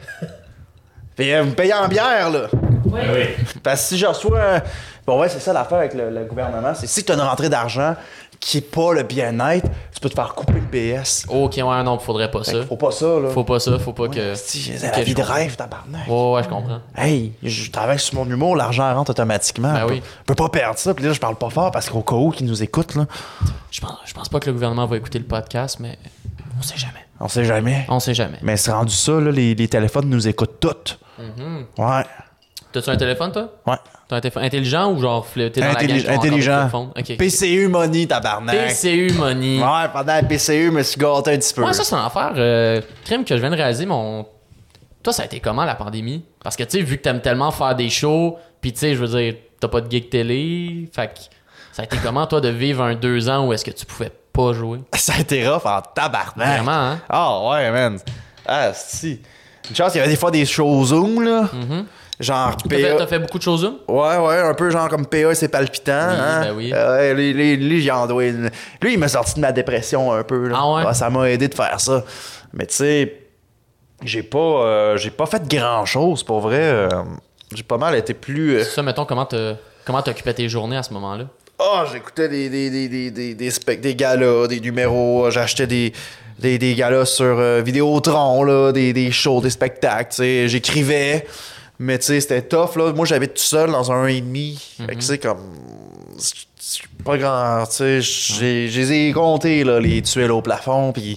Puis euh, vous me payez en bière, là. Oui. Ah oui. Parce que si je reçois... un- Bon, ouais, c'est ça l'affaire avec le, le gouvernement. C'est si tu as une rentrée d'argent qui est pas le bien-être, tu peux te faire couper le B S. Ok, ouais, non, faudrait pas ça. Faut pas ça, là. Faut pas ça, faut pas que. Esti, j'ai Ok, la vie je de comprends. rêve, tabarnak. Ouais, ouais, je comprends. Hey, je travaille sur mon humour, l'argent rentre automatiquement. Ben On peut- oui. on peut pas perdre ça. Puis là, je parle pas fort parce qu'au cas où qui nous écoute, là, Je pense, je pense pas que le gouvernement va écouter le podcast, mais on sait jamais. on sait jamais. On sait jamais. Mais c'est rendu ça, là, les, les téléphones nous écoutent toutes. Mhm. Ouais. T'as-tu un téléphone, toi? Ouais. T'as un téléphone intelligent ou genre fl- t'es dans la gang Intelli- qui ont encore des intelligent. téléphones? Ok. P C U Money, tabarnak. P C U Money. Ouais, pendant la P C U, je me suis gâté un petit peu. Ouais, ça, c'est une affaire. Euh, crime que je viens de réaliser, mon. Toi, ça a été comment la pandémie? Parce que, tu sais, vu que t'aimes tellement faire des shows, pis tu sais, je veux dire, t'as pas de gig télé, fait que ça a été comment, toi, de vivre un deux ans où est-ce que tu pouvais pas jouer? Ça a été rough en tabarnak. Vraiment, hein? Ah ouais, man. Ah, si. Une chance, il y avait des fois des shows Zoom, là. Mhm. Genre T'as fait, P A. t'as fait beaucoup de choses, Zoom? Ouais, ouais, un peu genre comme P A, c'est palpitant. Oui, hein? ben oui. Euh, ouais, lui, lui, lui, il en doit une- lui, il m'a sorti de ma dépression un peu. Là. Ah ouais? Ça m'a aidé de faire ça. Mais tu sais, j'ai pas, euh, j'ai pas fait grand chose pour vrai. euh, j'ai pas mal été plus. euh, Ça, mettons, comment t'as- comment t'occupais tes journées à ce moment-là? Ah, j'écoutais des, des, des, des, des, des, spec- des galas, des numéros, j'achetais des, des, des galas sur euh, Vidéotron, là, des, des shows, des spectacles, tu sais. J'écrivais, mais tu sais, c'était tough, là. Moi, j'habite tout seul dans un un et demi. Fait que tu sais, comme. C'est c'est pas grand, tu sais. j'ai- Je les ai comptés, là, les tuiles au plafond, puis.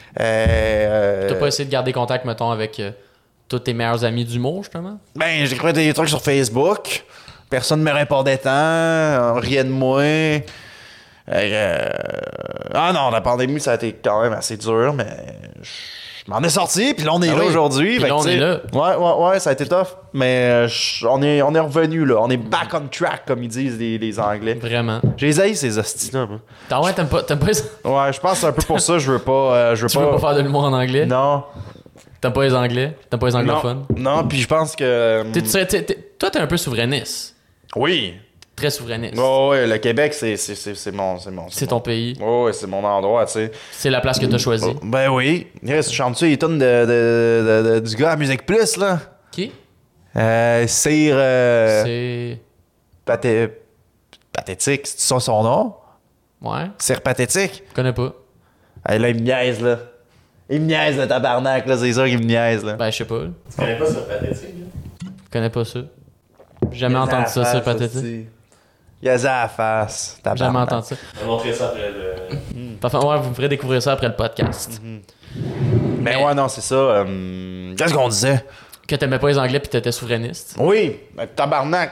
euh, T'as pas essayé de garder contact, mettons, avec euh, tous tes meilleurs amis d'humour, justement? Ben, j'écrivais des trucs sur Facebook. Personne ne me répondait tant. On riait de moi. Euh, Ah non, la pandémie, ça a été quand même assez dur, mais je m'en ai sorti. Puis là, on est Ah là oui. aujourd'hui. Puis Fait là, que, on tu sais, est là. Ouais, ouais, ouais, ça a été tough. Mais je- on est, on est revenu, là. On est back on track, comme ils disent les, les Anglais. Vraiment. J'ai les haïs, ces hosties-là. moi. T'as ouais, t'aimes pas, t'aimes pas, Ouais, je pense que c'est un peu pour ça. Je veux pas. euh, je veux tu veux pas faire de l'humour en anglais? Non. T'aimes pas les anglais? T'aimes pas les anglophones? Non, non, puis je pense que. T'es- tu serais- t'es- t'es- toi, t'es un peu souverainiste. Oui. Très souverainiste. Ouais, ouais, le Québec, c'est c'est- c'est- c'est mon. C'est mon. C'est mon- ton pays. Ouais, ouais, c'est mon endroit, tu sais. C'est la place que t'as choisie. Ben oui. Yes, tu chantes-tu les tunes de, de, de- de- du gars à Musique Plus, là? Qui? Euh, Sire... Euh, C'est... Paté... Pathétique, c'est ça son nom? Ouais. C'est pathétique. Je connais pas. Hey, là, il me niaise, là. Il me niaise, le tabarnak, là. C'est sûr qu'il me niaise, là. Ben, je sais pas. Tu connais pas ça pathétique, là? Je connais pas ça. J'ai jamais entendu ça, c'est pathétique. Il a ça à la face. J'ai jamais entendu ça. On va montrer ça après le. Parfait, ouais, vous me ferez découvrir ça après le podcast. Mm-hmm. Ben ouais, non, c'est ça. Euh, Qu'est-ce qu'on disait? Que t'aimais pas les Anglais pis t'étais souverainiste. Oui, ben, tabarnak.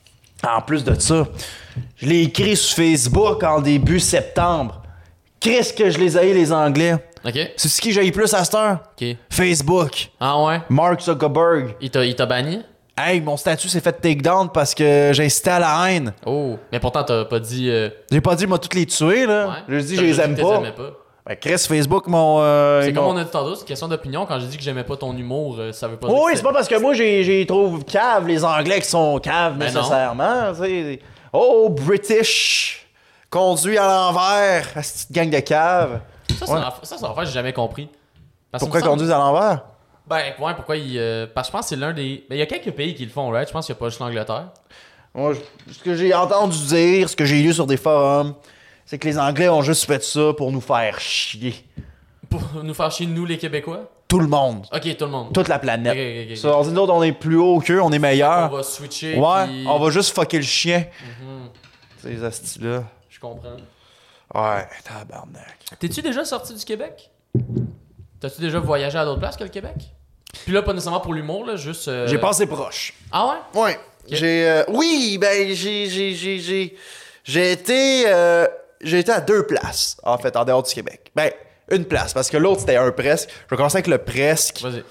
En plus de ça, je l'ai écrit sur Facebook en début septembre. Qu'est-ce que je les haïs, les Anglais? Ok. C'est ce qui j'haïs plus à cette heure? Ok. Facebook. Ah ouais? Mark Zuckerberg. Il t'a, il t'a banni? Hey, mon statut s'est fait takedown parce que j'ai incité à la haine. Oh. Mais pourtant, t'as pas dit. Euh... J'ai pas dit, moi, toutes les tuer, là. Ouais. J'ai dit, T'as je les juste aime dit que pas. t'es aimais pas. Ben, Chris, Facebook, mon. Euh, C'est ils comme m'ont- on a dit tantôt, c'est une question d'opinion. Quand j'ai dit que j'aimais pas ton humour, euh, ça veut pas Oui, dire. oui, que c'est pas parce que moi, j'ai, j'ai trouvé cave, les Anglais qui sont caves Ben nécessairement. tu sais. Oh, British. Conduit à l'envers. À cette petite gang de caves. Ça, c'est Ouais. une affaire- ça, c'est une affaire que j'ai jamais compris. Parce Pourquoi ils qu'il me semble- conduisent à l'envers? Ben, ouais, pourquoi ils. euh, Parce que je pense que c'est l'un des. Ben, il y a quelques pays qui le font, right? Je pense qu'il y a pas juste l'Angleterre. Moi, je- ce que j'ai entendu dire, ce que j'ai lu sur des forums, c'est que les Anglais ont juste fait ça pour nous faire chier. Pour nous faire chier, nous, les Québécois? Tout le monde. Ok, tout le monde. Toute la planète. Ok, ok, ok, ok. Ça, on dit, nous autres, on est plus haut qu'eux, on est On meilleurs. va switcher. Ouais, puis- on va juste fucker le chien. Mhm, Ces astis-là. je comprends. Ouais, tabarnak. T'es-tu déjà sorti du Québec? T'as-tu déjà voyagé à d'autres places que le Québec? Puis là, pas nécessairement pour l'humour, là, juste. euh, J'ai passé proche. Ah ouais? Ouais. J'ai. euh, oui, ben, j'ai. J'ai. J'ai. J'ai j'ai été. euh, j'ai été à deux places, en fait, en dehors du Québec. Ben, une place, parce que l'autre, c'était un presque. Je vais commencer avec le presque. Vas-y.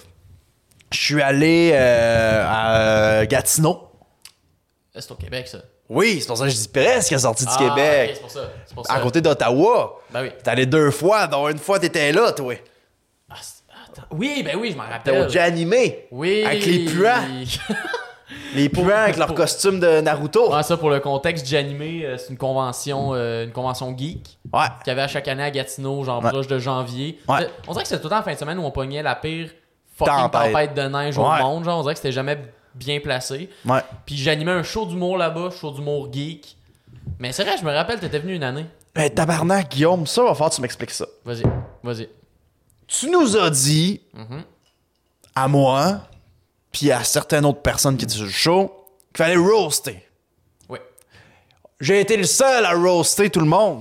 Je suis allé euh, à Gatineau. C'est au Québec, ça. Oui, c'est pour ça que je dis presque sorti du Ah, Québec. ok, c'est pour ça. C'est pour ça. À côté d'Ottawa. Ben oui. T'es allé deux fois, dont une fois, t'étais là, toi. Ah, c'est- attends. Oui, ben oui, je m'en T'es au rappelle. déjà animé. Oui. Avec les puants. Les puants avec leur costume de Naruto. Ouais, ça, pour le contexte, J'animé, euh, c'est une convention, euh, une convention geek Ouais. qu'il y avait à chaque année à Gatineau, genre Ouais. proche de janvier. Ouais. Euh, On dirait que c'était tout le temps en fin de semaine où on pognait la pire fucking Tempête. tempête, de neige au Ouais. monde. Genre, on dirait que c'était jamais bien placé. Ouais. Puis j'animais un show d'humour là-bas, show d'humour geek. Mais c'est vrai, je me rappelle, t'étais venu une année. Ben, tabarnak, Guillaume, ça, va falloir que tu m'expliques ça. Vas-y, vas-y. Tu nous as dit, Mhm. à moi, puis à certaines autres personnes qui étaient sur le show, qu'il fallait roaster. Oui. J'ai été le seul à roaster tout le monde.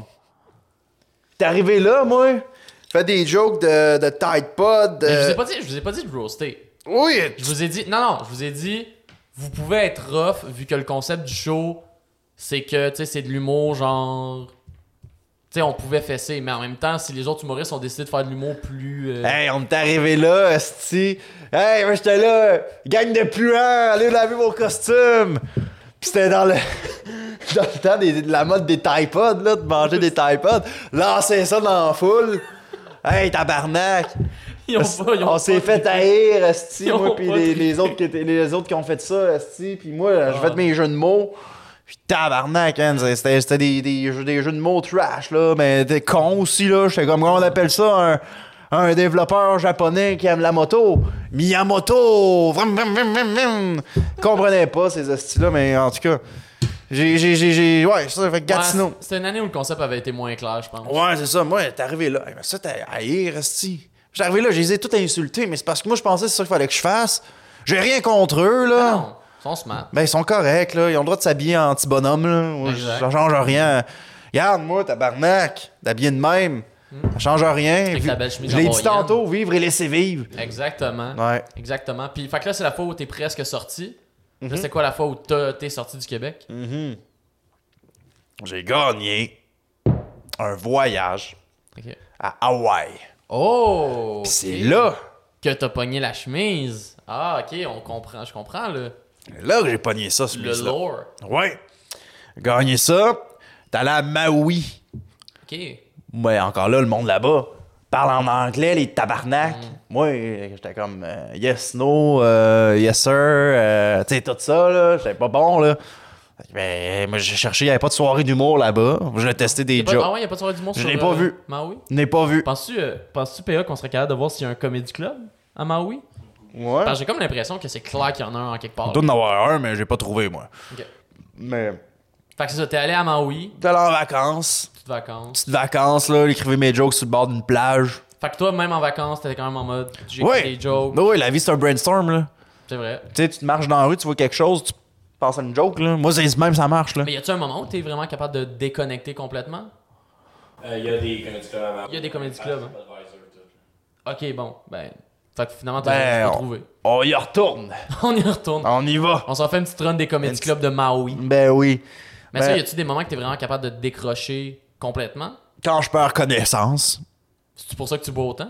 T'es arrivé là, moi, fais des jokes de, de Tide Pod. Mais je vous ai De... pas dit, je vous ai pas dit de roaster. Oui, Je vous ai dit, non, non, je vous ai dit, vous pouvez être rough vu que le concept du show, c'est que, tu sais, c'est de l'humour genre. Tu sais, on pouvait fesser, mais en même temps, si les autres humoristes ont décidé de faire de l'humour plus. euh, Hey, on est arrivé là, esti. Hey, moi j'étais là, gang de puants, allez laver vos costumes. Pis c'était dans le dans le temps des- de la mode des Tide Pods, là, de manger des Tide Pods. Lancer ça dans la foule. Hey, tabarnak. ils ont pas, ils ont On pas- s'est fait haïr, esti, Ils ont moi, pis pas les, trippé. les autres qui étaient, les autres qui ont fait ça, esti, pis moi, j'ai Ah. fait mes jeux de mots. Pis tabarnak, hein, c'était, c'était des, des, jeux, des jeux de mots trash, là, mais des cons aussi, là. J'étais comme, comment on appelle ça, un, un développeur japonais qui aime la moto. Miyamoto! Vroom, vroom, vroom, vroom, vroom. Comprenais pas ces estis-là, mais en tout cas, j'ai, j'ai, j'ai, j'ai, ouais, ça, fait que Gatineau. Ouais, c'était une année où le concept avait été moins clair, je pense. Ouais, c'est ça. Moi, t'es arrivé là. Hey, mais ça, t'es haïr, esti. J'étais arrivé là, je les ai tous insultés, mais c'est parce que moi, je pensais que c'est ça qu'il fallait que je fasse. J'ai rien contre eux, là. Ah non, ils sont smart. Ben, ils sont corrects, là. Ils ont le droit de s'habiller en petit bonhomme, là. Moi, Exact. ça change rien. Regarde, moi, tabarnak, d'habiller de même. Ça change rien. Avec Vi- la belle chemise je l'ai dit hawaïenne. tantôt, vivre et laisser vivre. Exactement. Ouais. Exactement. Puis, fait que là, c'est la fois où t'es presque sorti. Mhm. Là, c'est quoi la fois où t'as- t'es sorti du Québec? J'ai gagné un voyage Ok. à Hawaï. Oh! Pis c'est ok. là, Que t'as pogné la chemise. Ah, ok, on comprend, je comprends le, là que j'ai pogné ça, ce le là lore. Ouais. Gagné ça. T'es allé à Maui. Ok. Ouais, encore là, le monde là-bas parle en anglais, les tabarnak. Mm. Moi, j'étais comme euh, yes, no, euh, yes, sir. euh, tu sais, tout ça, là. J'étais pas bon, là. Ben, moi, j'ai cherché, il n'y avait pas de soirée d'humour là-bas. Je l'ai testé des Y'a pas- jokes. Ah ouais, y'a pas de soirée du monde Je sur l'ai pas euh, vu. Maui? Je n'ai pas vu. Penses-tu, euh, penses-tu, P A, qu'on serait capable de voir s'il y a un comédie club à Maui? Ouais. Parce que j'ai comme l'impression que c'est clair qu'il y en a un en quelque part. Il doit en avoir un, mais j'ai pas trouvé, moi. Ok. Mais Fait que c'est ça, t'es allé à Maui, T'es allé en vacances. petites vacances. Petites vacances, là, écrivez mes jokes sur le bord d'une plage. Fait que toi, même en vacances, t'étais quand même en mode, j'ai Oui. écrit des jokes. Ben oui, la vie, c'est un brainstorm, là. C'est vrai. Tu sais, tu te marches dans la rue, tu vois quelque chose, tu penses à une joke, là. Moi, c'est même, ça marche, là. Mais y a-tu un moment où t'es vraiment capable de déconnecter complètement? Euh, Il y a des comédie clubs à Il y a des comédie clubs, hein. Advisor, tout. Ok, bon, ben. Fait que finalement, t'as Ben, t'as on- trouvé. On y retourne. On y retourne. On y va. On s'en fait une petite run des comédie clubs de Maui. Ben oui. Mais Ben- ça, y a-tu des moments que t'es vraiment capable de décrocher complètement? Quand je perds connaissance. C'est pour ça que tu bois autant?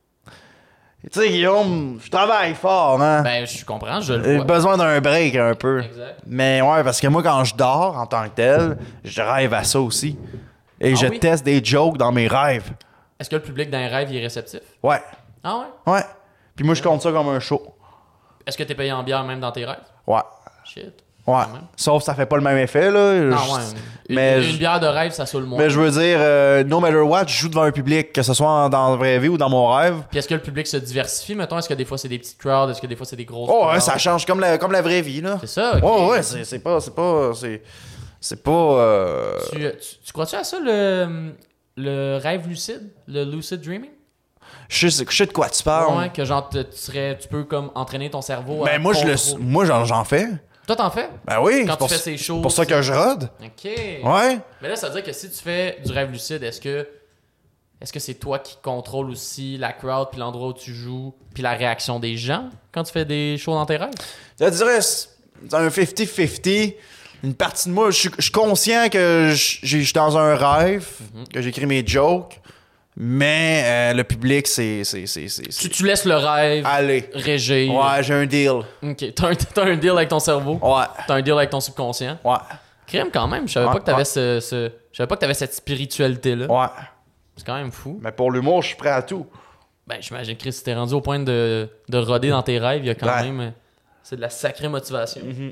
Tu sais, Guillaume, je travaille fort, hein. Ben, je comprends, je J'ai le vois. besoin d'un break un peu. Exact. Mais ouais, parce que moi, quand je dors en tant que tel, je rêve à ça aussi. Et Ah je oui? teste des jokes dans mes rêves. Est-ce que le public d'un rêve il est réceptif? Ouais. Ah ouais? Ouais. Puis moi, je compte ça comme un show. Est-ce que t'es payé en bière même dans tes rêves? Ouais. Shit. Ouais. Quand même. Sauf que ça fait pas le même effet, là. Non, Je- ouais. Une, mais une je- bière de rêve, ça saoule moins. Mais je veux dire, euh, no matter what, je joue devant un public, que ce soit dans la vraie vie ou dans mon rêve. Puis est-ce que le public se diversifie, mettons? Est-ce que des fois c'est des petites crowds? Est-ce que des fois c'est des grosses Oh, crowds? ouais, ça change comme la, comme la vraie vie, là. C'est ça? ok. Oh, ouais, c'est c'est pas. C'est pas. C'est c'est pas. euh, Tu, tu, tu crois-tu à ça, le, le rêve lucide? Le lucid dreaming? Je sais, je sais de quoi tu parles. Ouais, que genre, te- tu, serais, tu peux comme entraîner ton cerveau à Ben, moi, je le, contrôle. moi j'en j'en fais. Toi, t'en fais? Ben oui. Quand c'est pour, tu fais ces shows. pour ça que je rode. OK. Ouais. Mais là, ça veut dire que si tu fais du rêve lucide, est-ce que est-ce que c'est toi qui contrôle aussi la crowd, puis l'endroit où tu joues, puis la réaction des gens quand tu fais des shows dans tes rêves? Je dirais, c'est un cinquante cinquante. Une partie de moi, je suis je suis conscient que je je suis dans un rêve, Mhm. que j'écris mes jokes, mais euh, le public, c'est. c'est, c'est, c'est, Tu, c'est- tu laisses le rêve Allez. régir. Ouais, j'ai un deal. OK. T'as un, t'as un deal avec ton cerveau. Ouais. T'as un deal avec ton subconscient. Ouais. Crème quand même. Je savais Ouais, pas que t'avais ouais. ce, ce- je savais pas que t'avais cette spiritualité-là. Ouais. C'est quand même fou. Mais pour l'humour, je suis prêt à tout. Ben, j'imagine, Chris, si t'es rendu au point de, de roder dans tes rêves, il y a quand Ouais. même... C'est de la sacrée motivation. Mhm.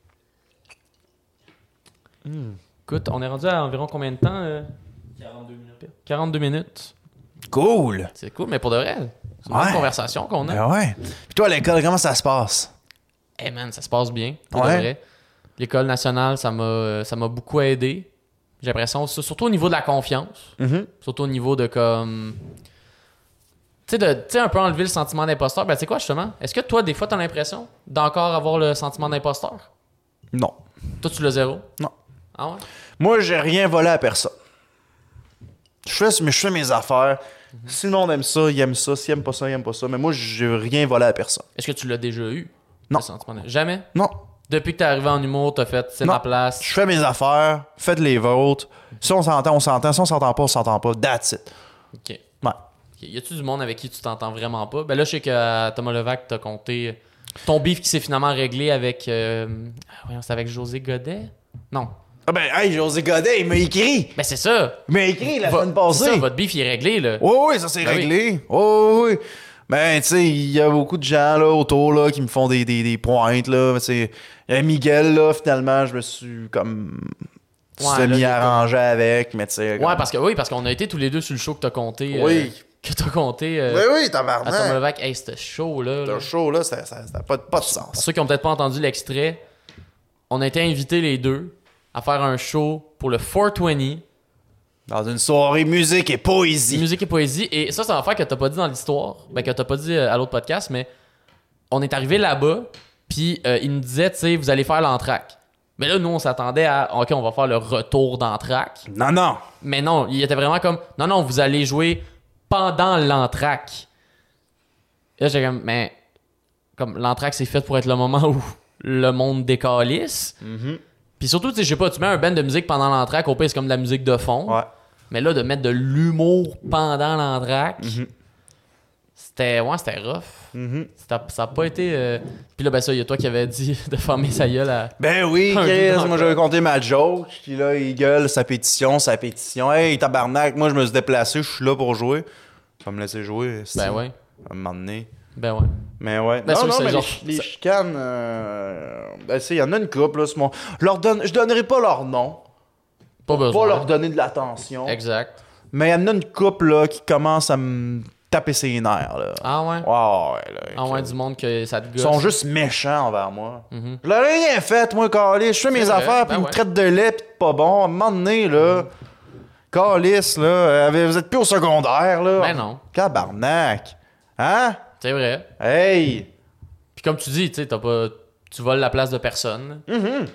Écoute, on est rendu à environ combien de temps? euh? quarante-deux minutes. quarante-deux minutes. Cool. C'est cool, mais pour de vrai, c'est une Ouais. bonne conversation qu'on a. Ben ouais. Puis toi, à l'école, comment ça se passe? Eh man, ça se passe bien, pour Ouais. de vrai. L'école nationale, ça m'a ça m'a beaucoup aidé. J'ai l'impression, ça, surtout au niveau de la confiance. Mhm. Surtout au niveau de comme... Tu sais, de- tu sais, un peu enlever le sentiment d'imposteur. Ben, tu sais quoi, justement? Est-ce que toi, des fois, t'as l'impression d'encore avoir le sentiment d'imposteur? Non. Toi, tu l'as zéro? Non. Ah ouais? Moi, j'ai rien volé à personne. Je fais, mais je fais mes affaires. Si le monde aime ça, il aime ça. S'il aime pas ça, il aime pas ça. Mais moi, j'ai rien volé à personne. Est-ce que tu l'as déjà eu? Non. Le sentiment de- Jamais? Non. Depuis que t'es arrivé en humour, t'as fait c'est Non. ma place. Je fais mes affaires. Faites les vôtres. Si on s'entend, on s'entend. Si on s'entend pas, on s'entend pas. That's it. Ok. Ouais. Ok. Y a-tu du monde avec qui tu t'entends vraiment pas? Ben là, je sais que euh, Thomas Levac t'a compté ton beef qui s'est finalement réglé avec. Euh... ah, voyons, c'était avec José Godet? Non. Ah ben, hey, José Godet, il m'a écrit. Ben c'est ça! Il m'a écrit la Va- semaine c'est ça, passée. votre beef il est réglé là. Oui, oui, ça s'est Ben oui. réglé. Oui, oui. Ben, tu sais, il y a beaucoup de gens là, autour là, qui me font des, des, des pointes. Là. Tu sais, il y a Miguel, là, finalement, je me suis comme Ouais, là, il est semi-arrangé avec, mais tu sais. Ouais, comme- parce que oui, parce qu'on a été tous les deux sur le show que t'as compté. euh, Oui. que t'as compté euh, Oui, oui, à Thomas tabarnak. Levac. Hey, c'était chaud là. C'est un show, là, ça n'a pas, pas de Pour sens. ceux qui ont peut-être pas entendu l'extrait, on a été invités les deux à faire un show pour le quatre cent vingt. Dans une soirée musique et poésie. Musique et poésie. Et ça, c'est un affaire que t'as pas dit dans l'histoire. Ben, que t'as pas dit euh, à l'autre podcast, mais on est arrivé là-bas, puis euh, il nous disait, tu sais, vous allez faire l'entraque. Mais là, nous, on s'attendait à, OK, on va faire le retour d'entraque. Non, non. Mais non, il était vraiment comme, non, non, vous allez jouer pendant l'entraque. Et là, j'étais comme, mais, comme, l'entraque, c'est fait pour être le moment où le monde décalisse. Mhm. Puis surtout, tu sais, je sais pas, tu mets un band de musique pendant l'entraque, au pire, c'est comme de la musique de fond. Ouais. Mais là, de mettre de l'humour pendant l'entraque, Mhm. c'était, ouais, c'était rough. Mhm. C'était- ça a pas été... euh, Puis là, ben ça, il y a toi qui avais dit de fermer sa gueule à... Ben oui, Un Chris, bout moi j'avais compté ma joke, puis là, il gueule sa pétition, sa pétition. Hey, tabarnak, moi je me suis déplacé, je suis là pour jouer. Tu vas me laisser jouer, c'est Ben ouais, à un moment donné. ben ouais. Mais ouais. Ben, non, sûr, non, c'est mais genre- les, les ça- chicanes, euh, ben tu sais, il y en a une couple, là, c'est mon... Je leur donne, je donnerai pas leur nom, Pas pas besoin. leur donner de l'attention. Exact. Mais il y en a une couple, là, qui commence à me taper ses nerfs, là. Ah ouais? Ouais, ouais, là. Ah ouais, du monde que ça te gosse. Ils sont juste méchants envers moi. Mhm. Je leur ai rien fait, moi, Calice. Je fais mes C'est vrai, affaires, puis ben ils me ouais. traitent de lait, puis de pas bon. À un moment donné, là. Calice, là. euh, Vous êtes plus au secondaire, là. Ben non. Tabarnak. Hein? C'est vrai. Hey! Puis comme tu dis, tu sais, t'as pas... Tu voles la place de personne. Mhm.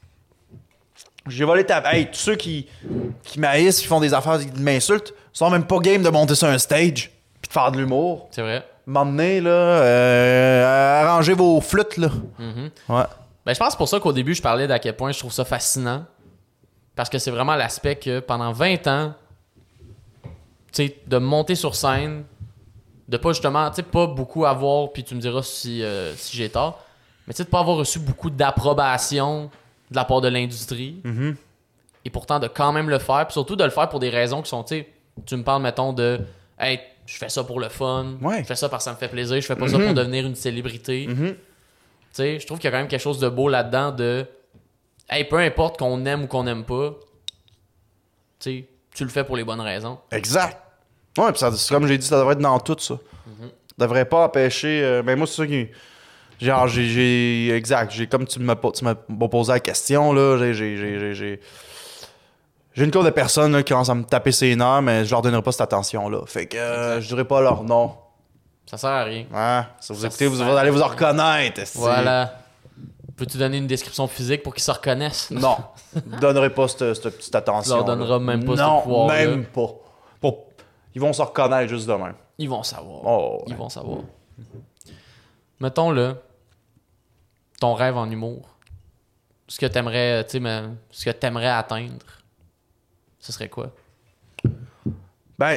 J'ai volé ta... Hey, tous ceux qui, qui m'haïssent, qui font des affaires, qui m'insultent, sont même pas game de monter sur un stage puis de faire de l'humour. C'est vrai. M'emmener, là, euh, arrangez vos flûtes, là. Mhm. Ouais. Ben, je pense que c'est pour ça qu'au début, je parlais d'à quel point je trouve ça fascinant. Parce que c'est vraiment l'aspect que pendant vingt ans, tu sais, de monter sur scène, de pas justement, tu sais, pas beaucoup avoir, puis tu me diras si, euh, si j'ai tort, mais tu sais, de pas avoir reçu beaucoup d'approbation de la part de l'industrie. Mhm. Et pourtant, de quand même le faire, puis surtout de le faire pour des raisons qui sont, tu sais, tu me parles, mettons, de, hey, je fais ça pour le fun, Ouais. je fais ça parce que ça me fait plaisir, je fais pas ça pour devenir une célébrité. Mhm. Tu sais, je trouve qu'il y a quand même quelque chose de beau là-dedans de, hey, peu importe qu'on aime ou qu'on aime pas, tu sais, tu le fais pour les bonnes raisons. Exact. Ouais, pis ça, c'est comme j'ai dit, ça devrait être dans tout, ça. Ça devrait pas empêcher... euh, mais moi, c'est ça qui... Genre, j'ai... j'ai- Exact. J'ai, comme tu m'as, po- tu m'as posé la question, là, j'ai... j'ai, j'ai, j'ai, j'ai... j'ai une couple de personnes là, qui commencent à me taper ses nerfs, mais je leur donnerai pas cette attention-là. Fait que euh, je dirais pas leur nom. Ça sert à rien. Hein? Si vous Ça écoutez, vous, sert vous allez à vous en rien. reconnaître. esti. Voilà. Peux-tu donner une description physique pour qu'ils se reconnaissent? Non. Je donnerai pas cette, cette petite attention. Tu leur donneras même pas ce non, pouvoir-là. même pas. Pour- Ils vont se reconnaître juste de même. Ils vont savoir. Oh, Ils ouais. vont savoir. Mettons là, ton rêve en humour. Ce que t'aimerais, tu sais, mais ce que t'aimerais atteindre, ce serait quoi? Ben,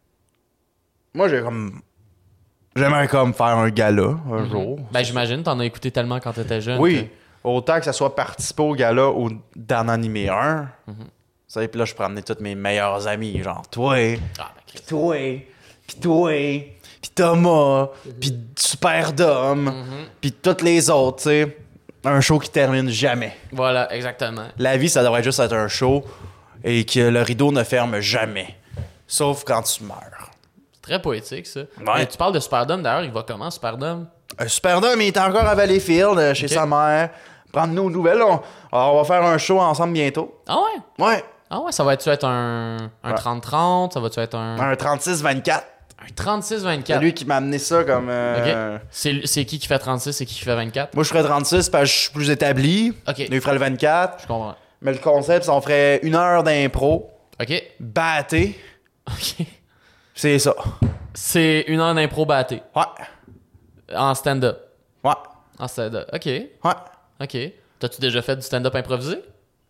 moi, j'ai comme... J'aimerais comme faire un gala un jour. Ben j'imagine, t'en as écouté tellement quand t'étais jeune. Oui, autant que ça soit participer au gala ou d'en animer un. Mhm. Tu sais, puis là, je peux amener tous mes meilleurs amis, genre toi, que- Ah, ben, pis toi, pis toi, pis Thomas, pis Superdome, Mhm. pis toutes les autres, tu sais. Un show qui termine jamais. Voilà, exactement. La vie, ça devrait juste être un show et que le rideau ne ferme jamais. Sauf quand tu meurs. C'est très poétique, ça. Ouais. Mais tu parles de Superdome, d'ailleurs, il va comment, Superdome? Un Superdome, il est encore à Valleyfield, euh, chez Ok. sa mère. Prendre nos nouvelles. On, alors, on va faire un show ensemble bientôt. Ah ouais? Ouais. Ah ouais, ça va-tu être un, un Ouais. trente trente? Ça va-tu être un, Un trente-six vingt-quatre. un trente-six C'est vingt-quatre? lui qui m'a amené ça comme... euh, C'est c'est qui qui fait trente-six et qui fait vingt-quatre? Moi, je ferais trente-six parce que je suis plus établi. Ok, Lui, il ferait le vingt-quatre. je comprends. Mais le concept, c'est on ferait une heure d'impro, Ok, batté. ok. C'est ça. C'est une heure d'impro batté. Ouais. En stand-up. Ouais. En stand-up. Ok, Ouais. ok. T'as-tu déjà fait du stand-up improvisé?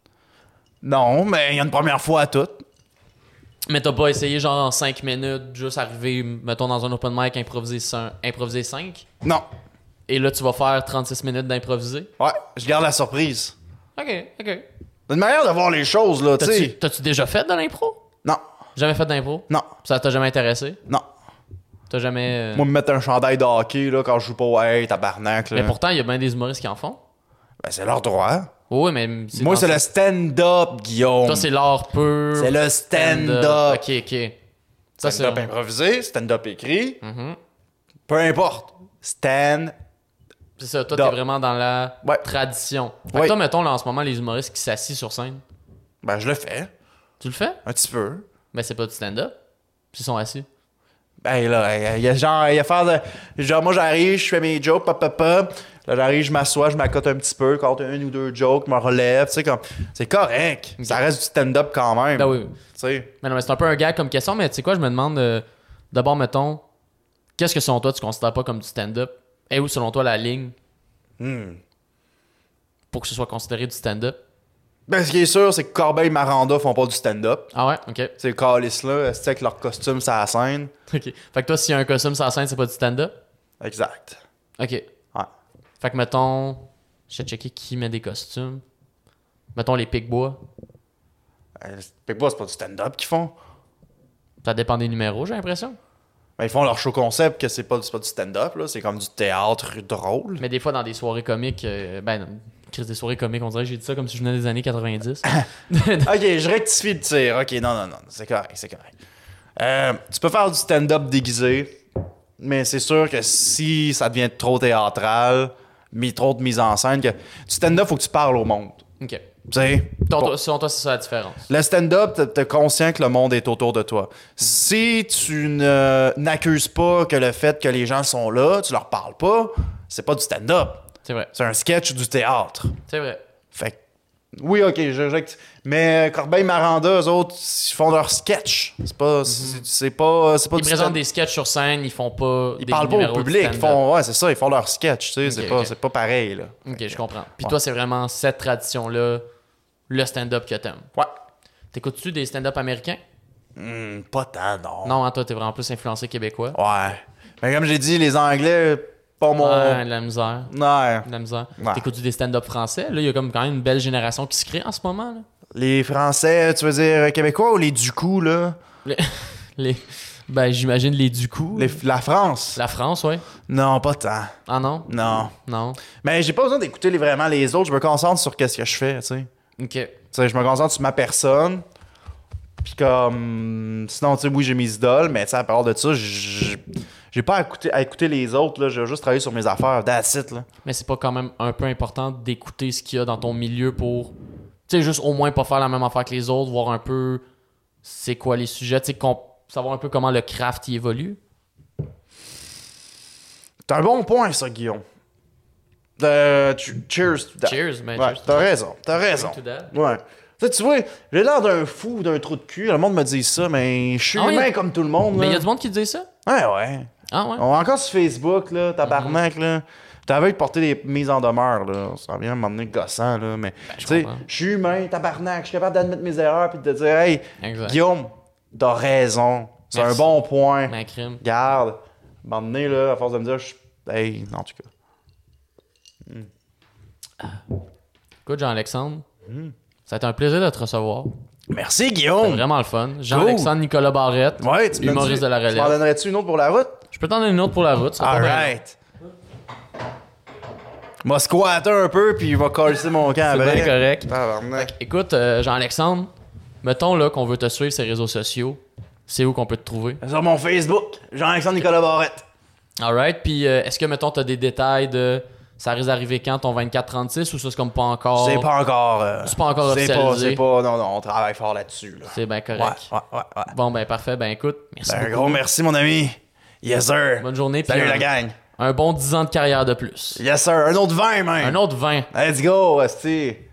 Non, mais il y a une première fois à tout. Mais t'as pas essayé genre en cinq minutes, juste arriver, mettons dans un open mic, improviser cin- improviser cinq? Non. Et là tu vas faire trente-six minutes d'improviser? Ouais, je garde la surprise. Ok, ok. C'est une manière de voir les choses, là, tu T'as-tu sais. t'as-tu déjà fait de l'impro? Non. Jamais fait d'impro? Non. Ça t'a jamais intéressé? Non. T'as jamais... euh, Moi, me mettre un chandail de hockey, là, quand je joue pas au hey, tabarnak, là. Mais pourtant, il y a bien des humoristes qui en font. Ben, c'est leur droit. Oui, mais... Moi, dans c'est ce- le stand-up, Guillaume. Toi, c'est l'art pur. C'est le stand-up. Ok, ok. Ça, c'est... Stand-up improvisé, stand-up écrit. Mhm. Peu importe. Stand. C'est ça, toi, Da- t'es vraiment dans la Ouais. tradition. Fait que Ouais. toi, mettons, là, en ce moment, les humoristes qui s'assient sur scène, Ben, je le fais. tu le fais? Un petit peu. Mais c'est pas du stand-up. Puis ils sont assis. Ben, là, il y a genre, il y a faire de. Genre, moi, j'arrive, je fais mes jokes, pop, pop, pop. Là, j'arrive, je m'assois, je m'accote un petit peu, compte un ou deux jokes, me relève, tu sais, comme. C'est correct. Ça reste du stand-up quand même. Ben oui. Tu sais. Mais non, mais c'est un peu un gag comme question, mais tu sais quoi, je me demande, euh, d'abord, mettons, qu'est-ce que selon toi, tu considères pas comme du stand-up? Et où, selon toi, la ligne Hmm. pour que ce soit considéré du stand-up? Ben, ce qui est sûr, c'est que Corbeil et Maranda font pas du stand-up. Ah ouais? Ok. Ces calices-là, c'est avec leur costume, ça la scène. Ok. Fait que toi, s'il y a un costume sur la scène, c'est pas du stand-up? Exact. Ok. Ouais. Fait que, mettons, je vais checker qui met des costumes. Mettons les Pic-Bois. Euh, Fait que pas, c'est pas du stand-up qu'ils font. Ça dépend des numéros, j'ai l'impression. Ben, ils font leur show concept que c'est pas, c'est pas du stand-up, là. C'est comme du théâtre drôle. Mais des fois, dans des soirées comiques, euh, ben, Chris, des soirées comiques, on dirait que j'ai dit ça comme si je venais des années quatre-vingt-dix. Ok, je rectifie le tir. Ok, non, non, non, c'est correct, c'est correct. Euh, tu peux faire du stand-up déguisé, mais c'est sûr que si ça devient trop théâtral, mis trop de mise en scène, que du stand-up, faut que tu parles au monde. OK. Tu sais? Ton- Bon. Selon toi, c'est ça la différence. Le stand-up, t'es- t'es conscient que le monde est autour de toi. Si tu ne- n'accuses pas que le fait que les gens sont là, tu leur parles pas, c'est pas du stand-up. C'est vrai. C'est un sketch du théâtre. C'est vrai. Fait que, oui, ok, je, je- mais Corbeil-Maranda, eux autres, ils font leur sketch. C'est pas, c'est, c'est pas, c'est pas Ils du présentent stand- des sketchs sur scène, ils font pas. Ils des parlent pas au numéros de public, ils stand-up. font, ouais, c'est ça, ils font leur sketch, tu sais, Ok, c'est pas, ok. c'est pas pareil, là. Ok, je comprends. Puis Ouais. toi, c'est vraiment cette tradition-là, le stand-up que t'aimes. Ouais. T'écoutes-tu des stand-up américains? Hmm, pas tant, non. Non, hein, toi, t'es vraiment plus influencé québécois. Ouais. Mais comme j'ai dit, les Anglais, pas mon. Ouais, de la misère. Ouais. De la misère. Ouais. T'écoutes-tu des stand-up français? Là, il y a comme quand même une belle génération qui se crée en ce moment. Là. Les Français, tu veux dire québécois ou les du coup, là? Les... les- Ben, j'imagine les du coup. Les- la France? La France, ouais. Non, pas tant. Ah non? Non. Non. Mais j'ai pas besoin d'écouter les- vraiment les autres, je me concentre sur qu'est-ce que je fais, tu sais. Ok. Tu sais, je me concentre sur ma personne. Puis comme... Sinon, tu sais, oui, j'ai mes idoles, mais tu sais, à part de ça, j'- j'ai pas à écouter, à écouter les autres, là. J'ai juste travaillé sur mes affaires. That's it, là. Mais c'est pas quand même un peu important d'écouter ce qu'il y a dans ton milieu pour, tu sais, juste au moins pas faire la même affaire que les autres, voir un peu c'est quoi les sujets, tu sais, qu'on- savoir un peu comment le craft y évolue. T'as un bon point, ça, Guillaume. Euh, tu- cheers. Cheers, man. Ouais, cheers. t'as raison, t'as raison. To that. Ouais. Tu sais, tu vois, j'ai l'air d'un fou ou d'un trou de cul. Le monde me dit ça, mais je suis Ah oui? humain comme tout le monde. Mais il y là. a du monde qui dit ça? Ouais, ouais. Ah ouais? On est encore sur Facebook, là, tabarnak, là. T'avais de porter des mises en demeure, là. Ça vient m'emmener gossant, là. Mais, je tu sais, comprends. je suis humain, tabarnak. Je suis capable d'admettre mes erreurs puis de te dire, hey, Exact. Guillaume, t'as raison. C'est un Merci. bon point. Mais crime. Garde. M'emmener, là, à force de me dire, je... hey, en tout cas. Écoute, Jean-Alexandre, Hmm. ça a été un plaisir de te recevoir. Merci, C'était Guillaume. vraiment le fun. Jean-Alexandre Nicolas Barrette, Ouais, tu me humoriste donnes-tu- de la Tu m'en relève. donnerais-tu une autre pour la route? Je peux t'en donner une autre pour la route. ça sera pas bien long. Alright. M'a squatté un peu, puis il va coller mon camp C'est après. bien correct. Tabarnak. Écoute, euh, Jean-Alexandre, mettons là qu'on veut te suivre sur les réseaux sociaux. C'est où qu'on peut te trouver? Sur mon Facebook, Jean-Alexandre Nicolas Barrette. Alright, puis euh, est-ce que, mettons, t'as des détails de ça risque d'arriver quand ton vingt-quatre trente-six ou ça c'est comme pas encore. C'est pas encore. euh, C'est pas encore c'est pas, officialisé. c'est pas. Non, non, on travaille fort là-dessus. Là. C'est bien Ouais, correct. ouais, ouais, ouais. Bon, ben parfait. Ben écoute, merci. Ben, un beaucoup. gros merci, mon ami. Yes, sir. Bonne journée. puis Salut, un, la gang. un bon dix ans de carrière de plus. Yes, sir. Un autre vin, man. Un autre vingt. Let's go, esti.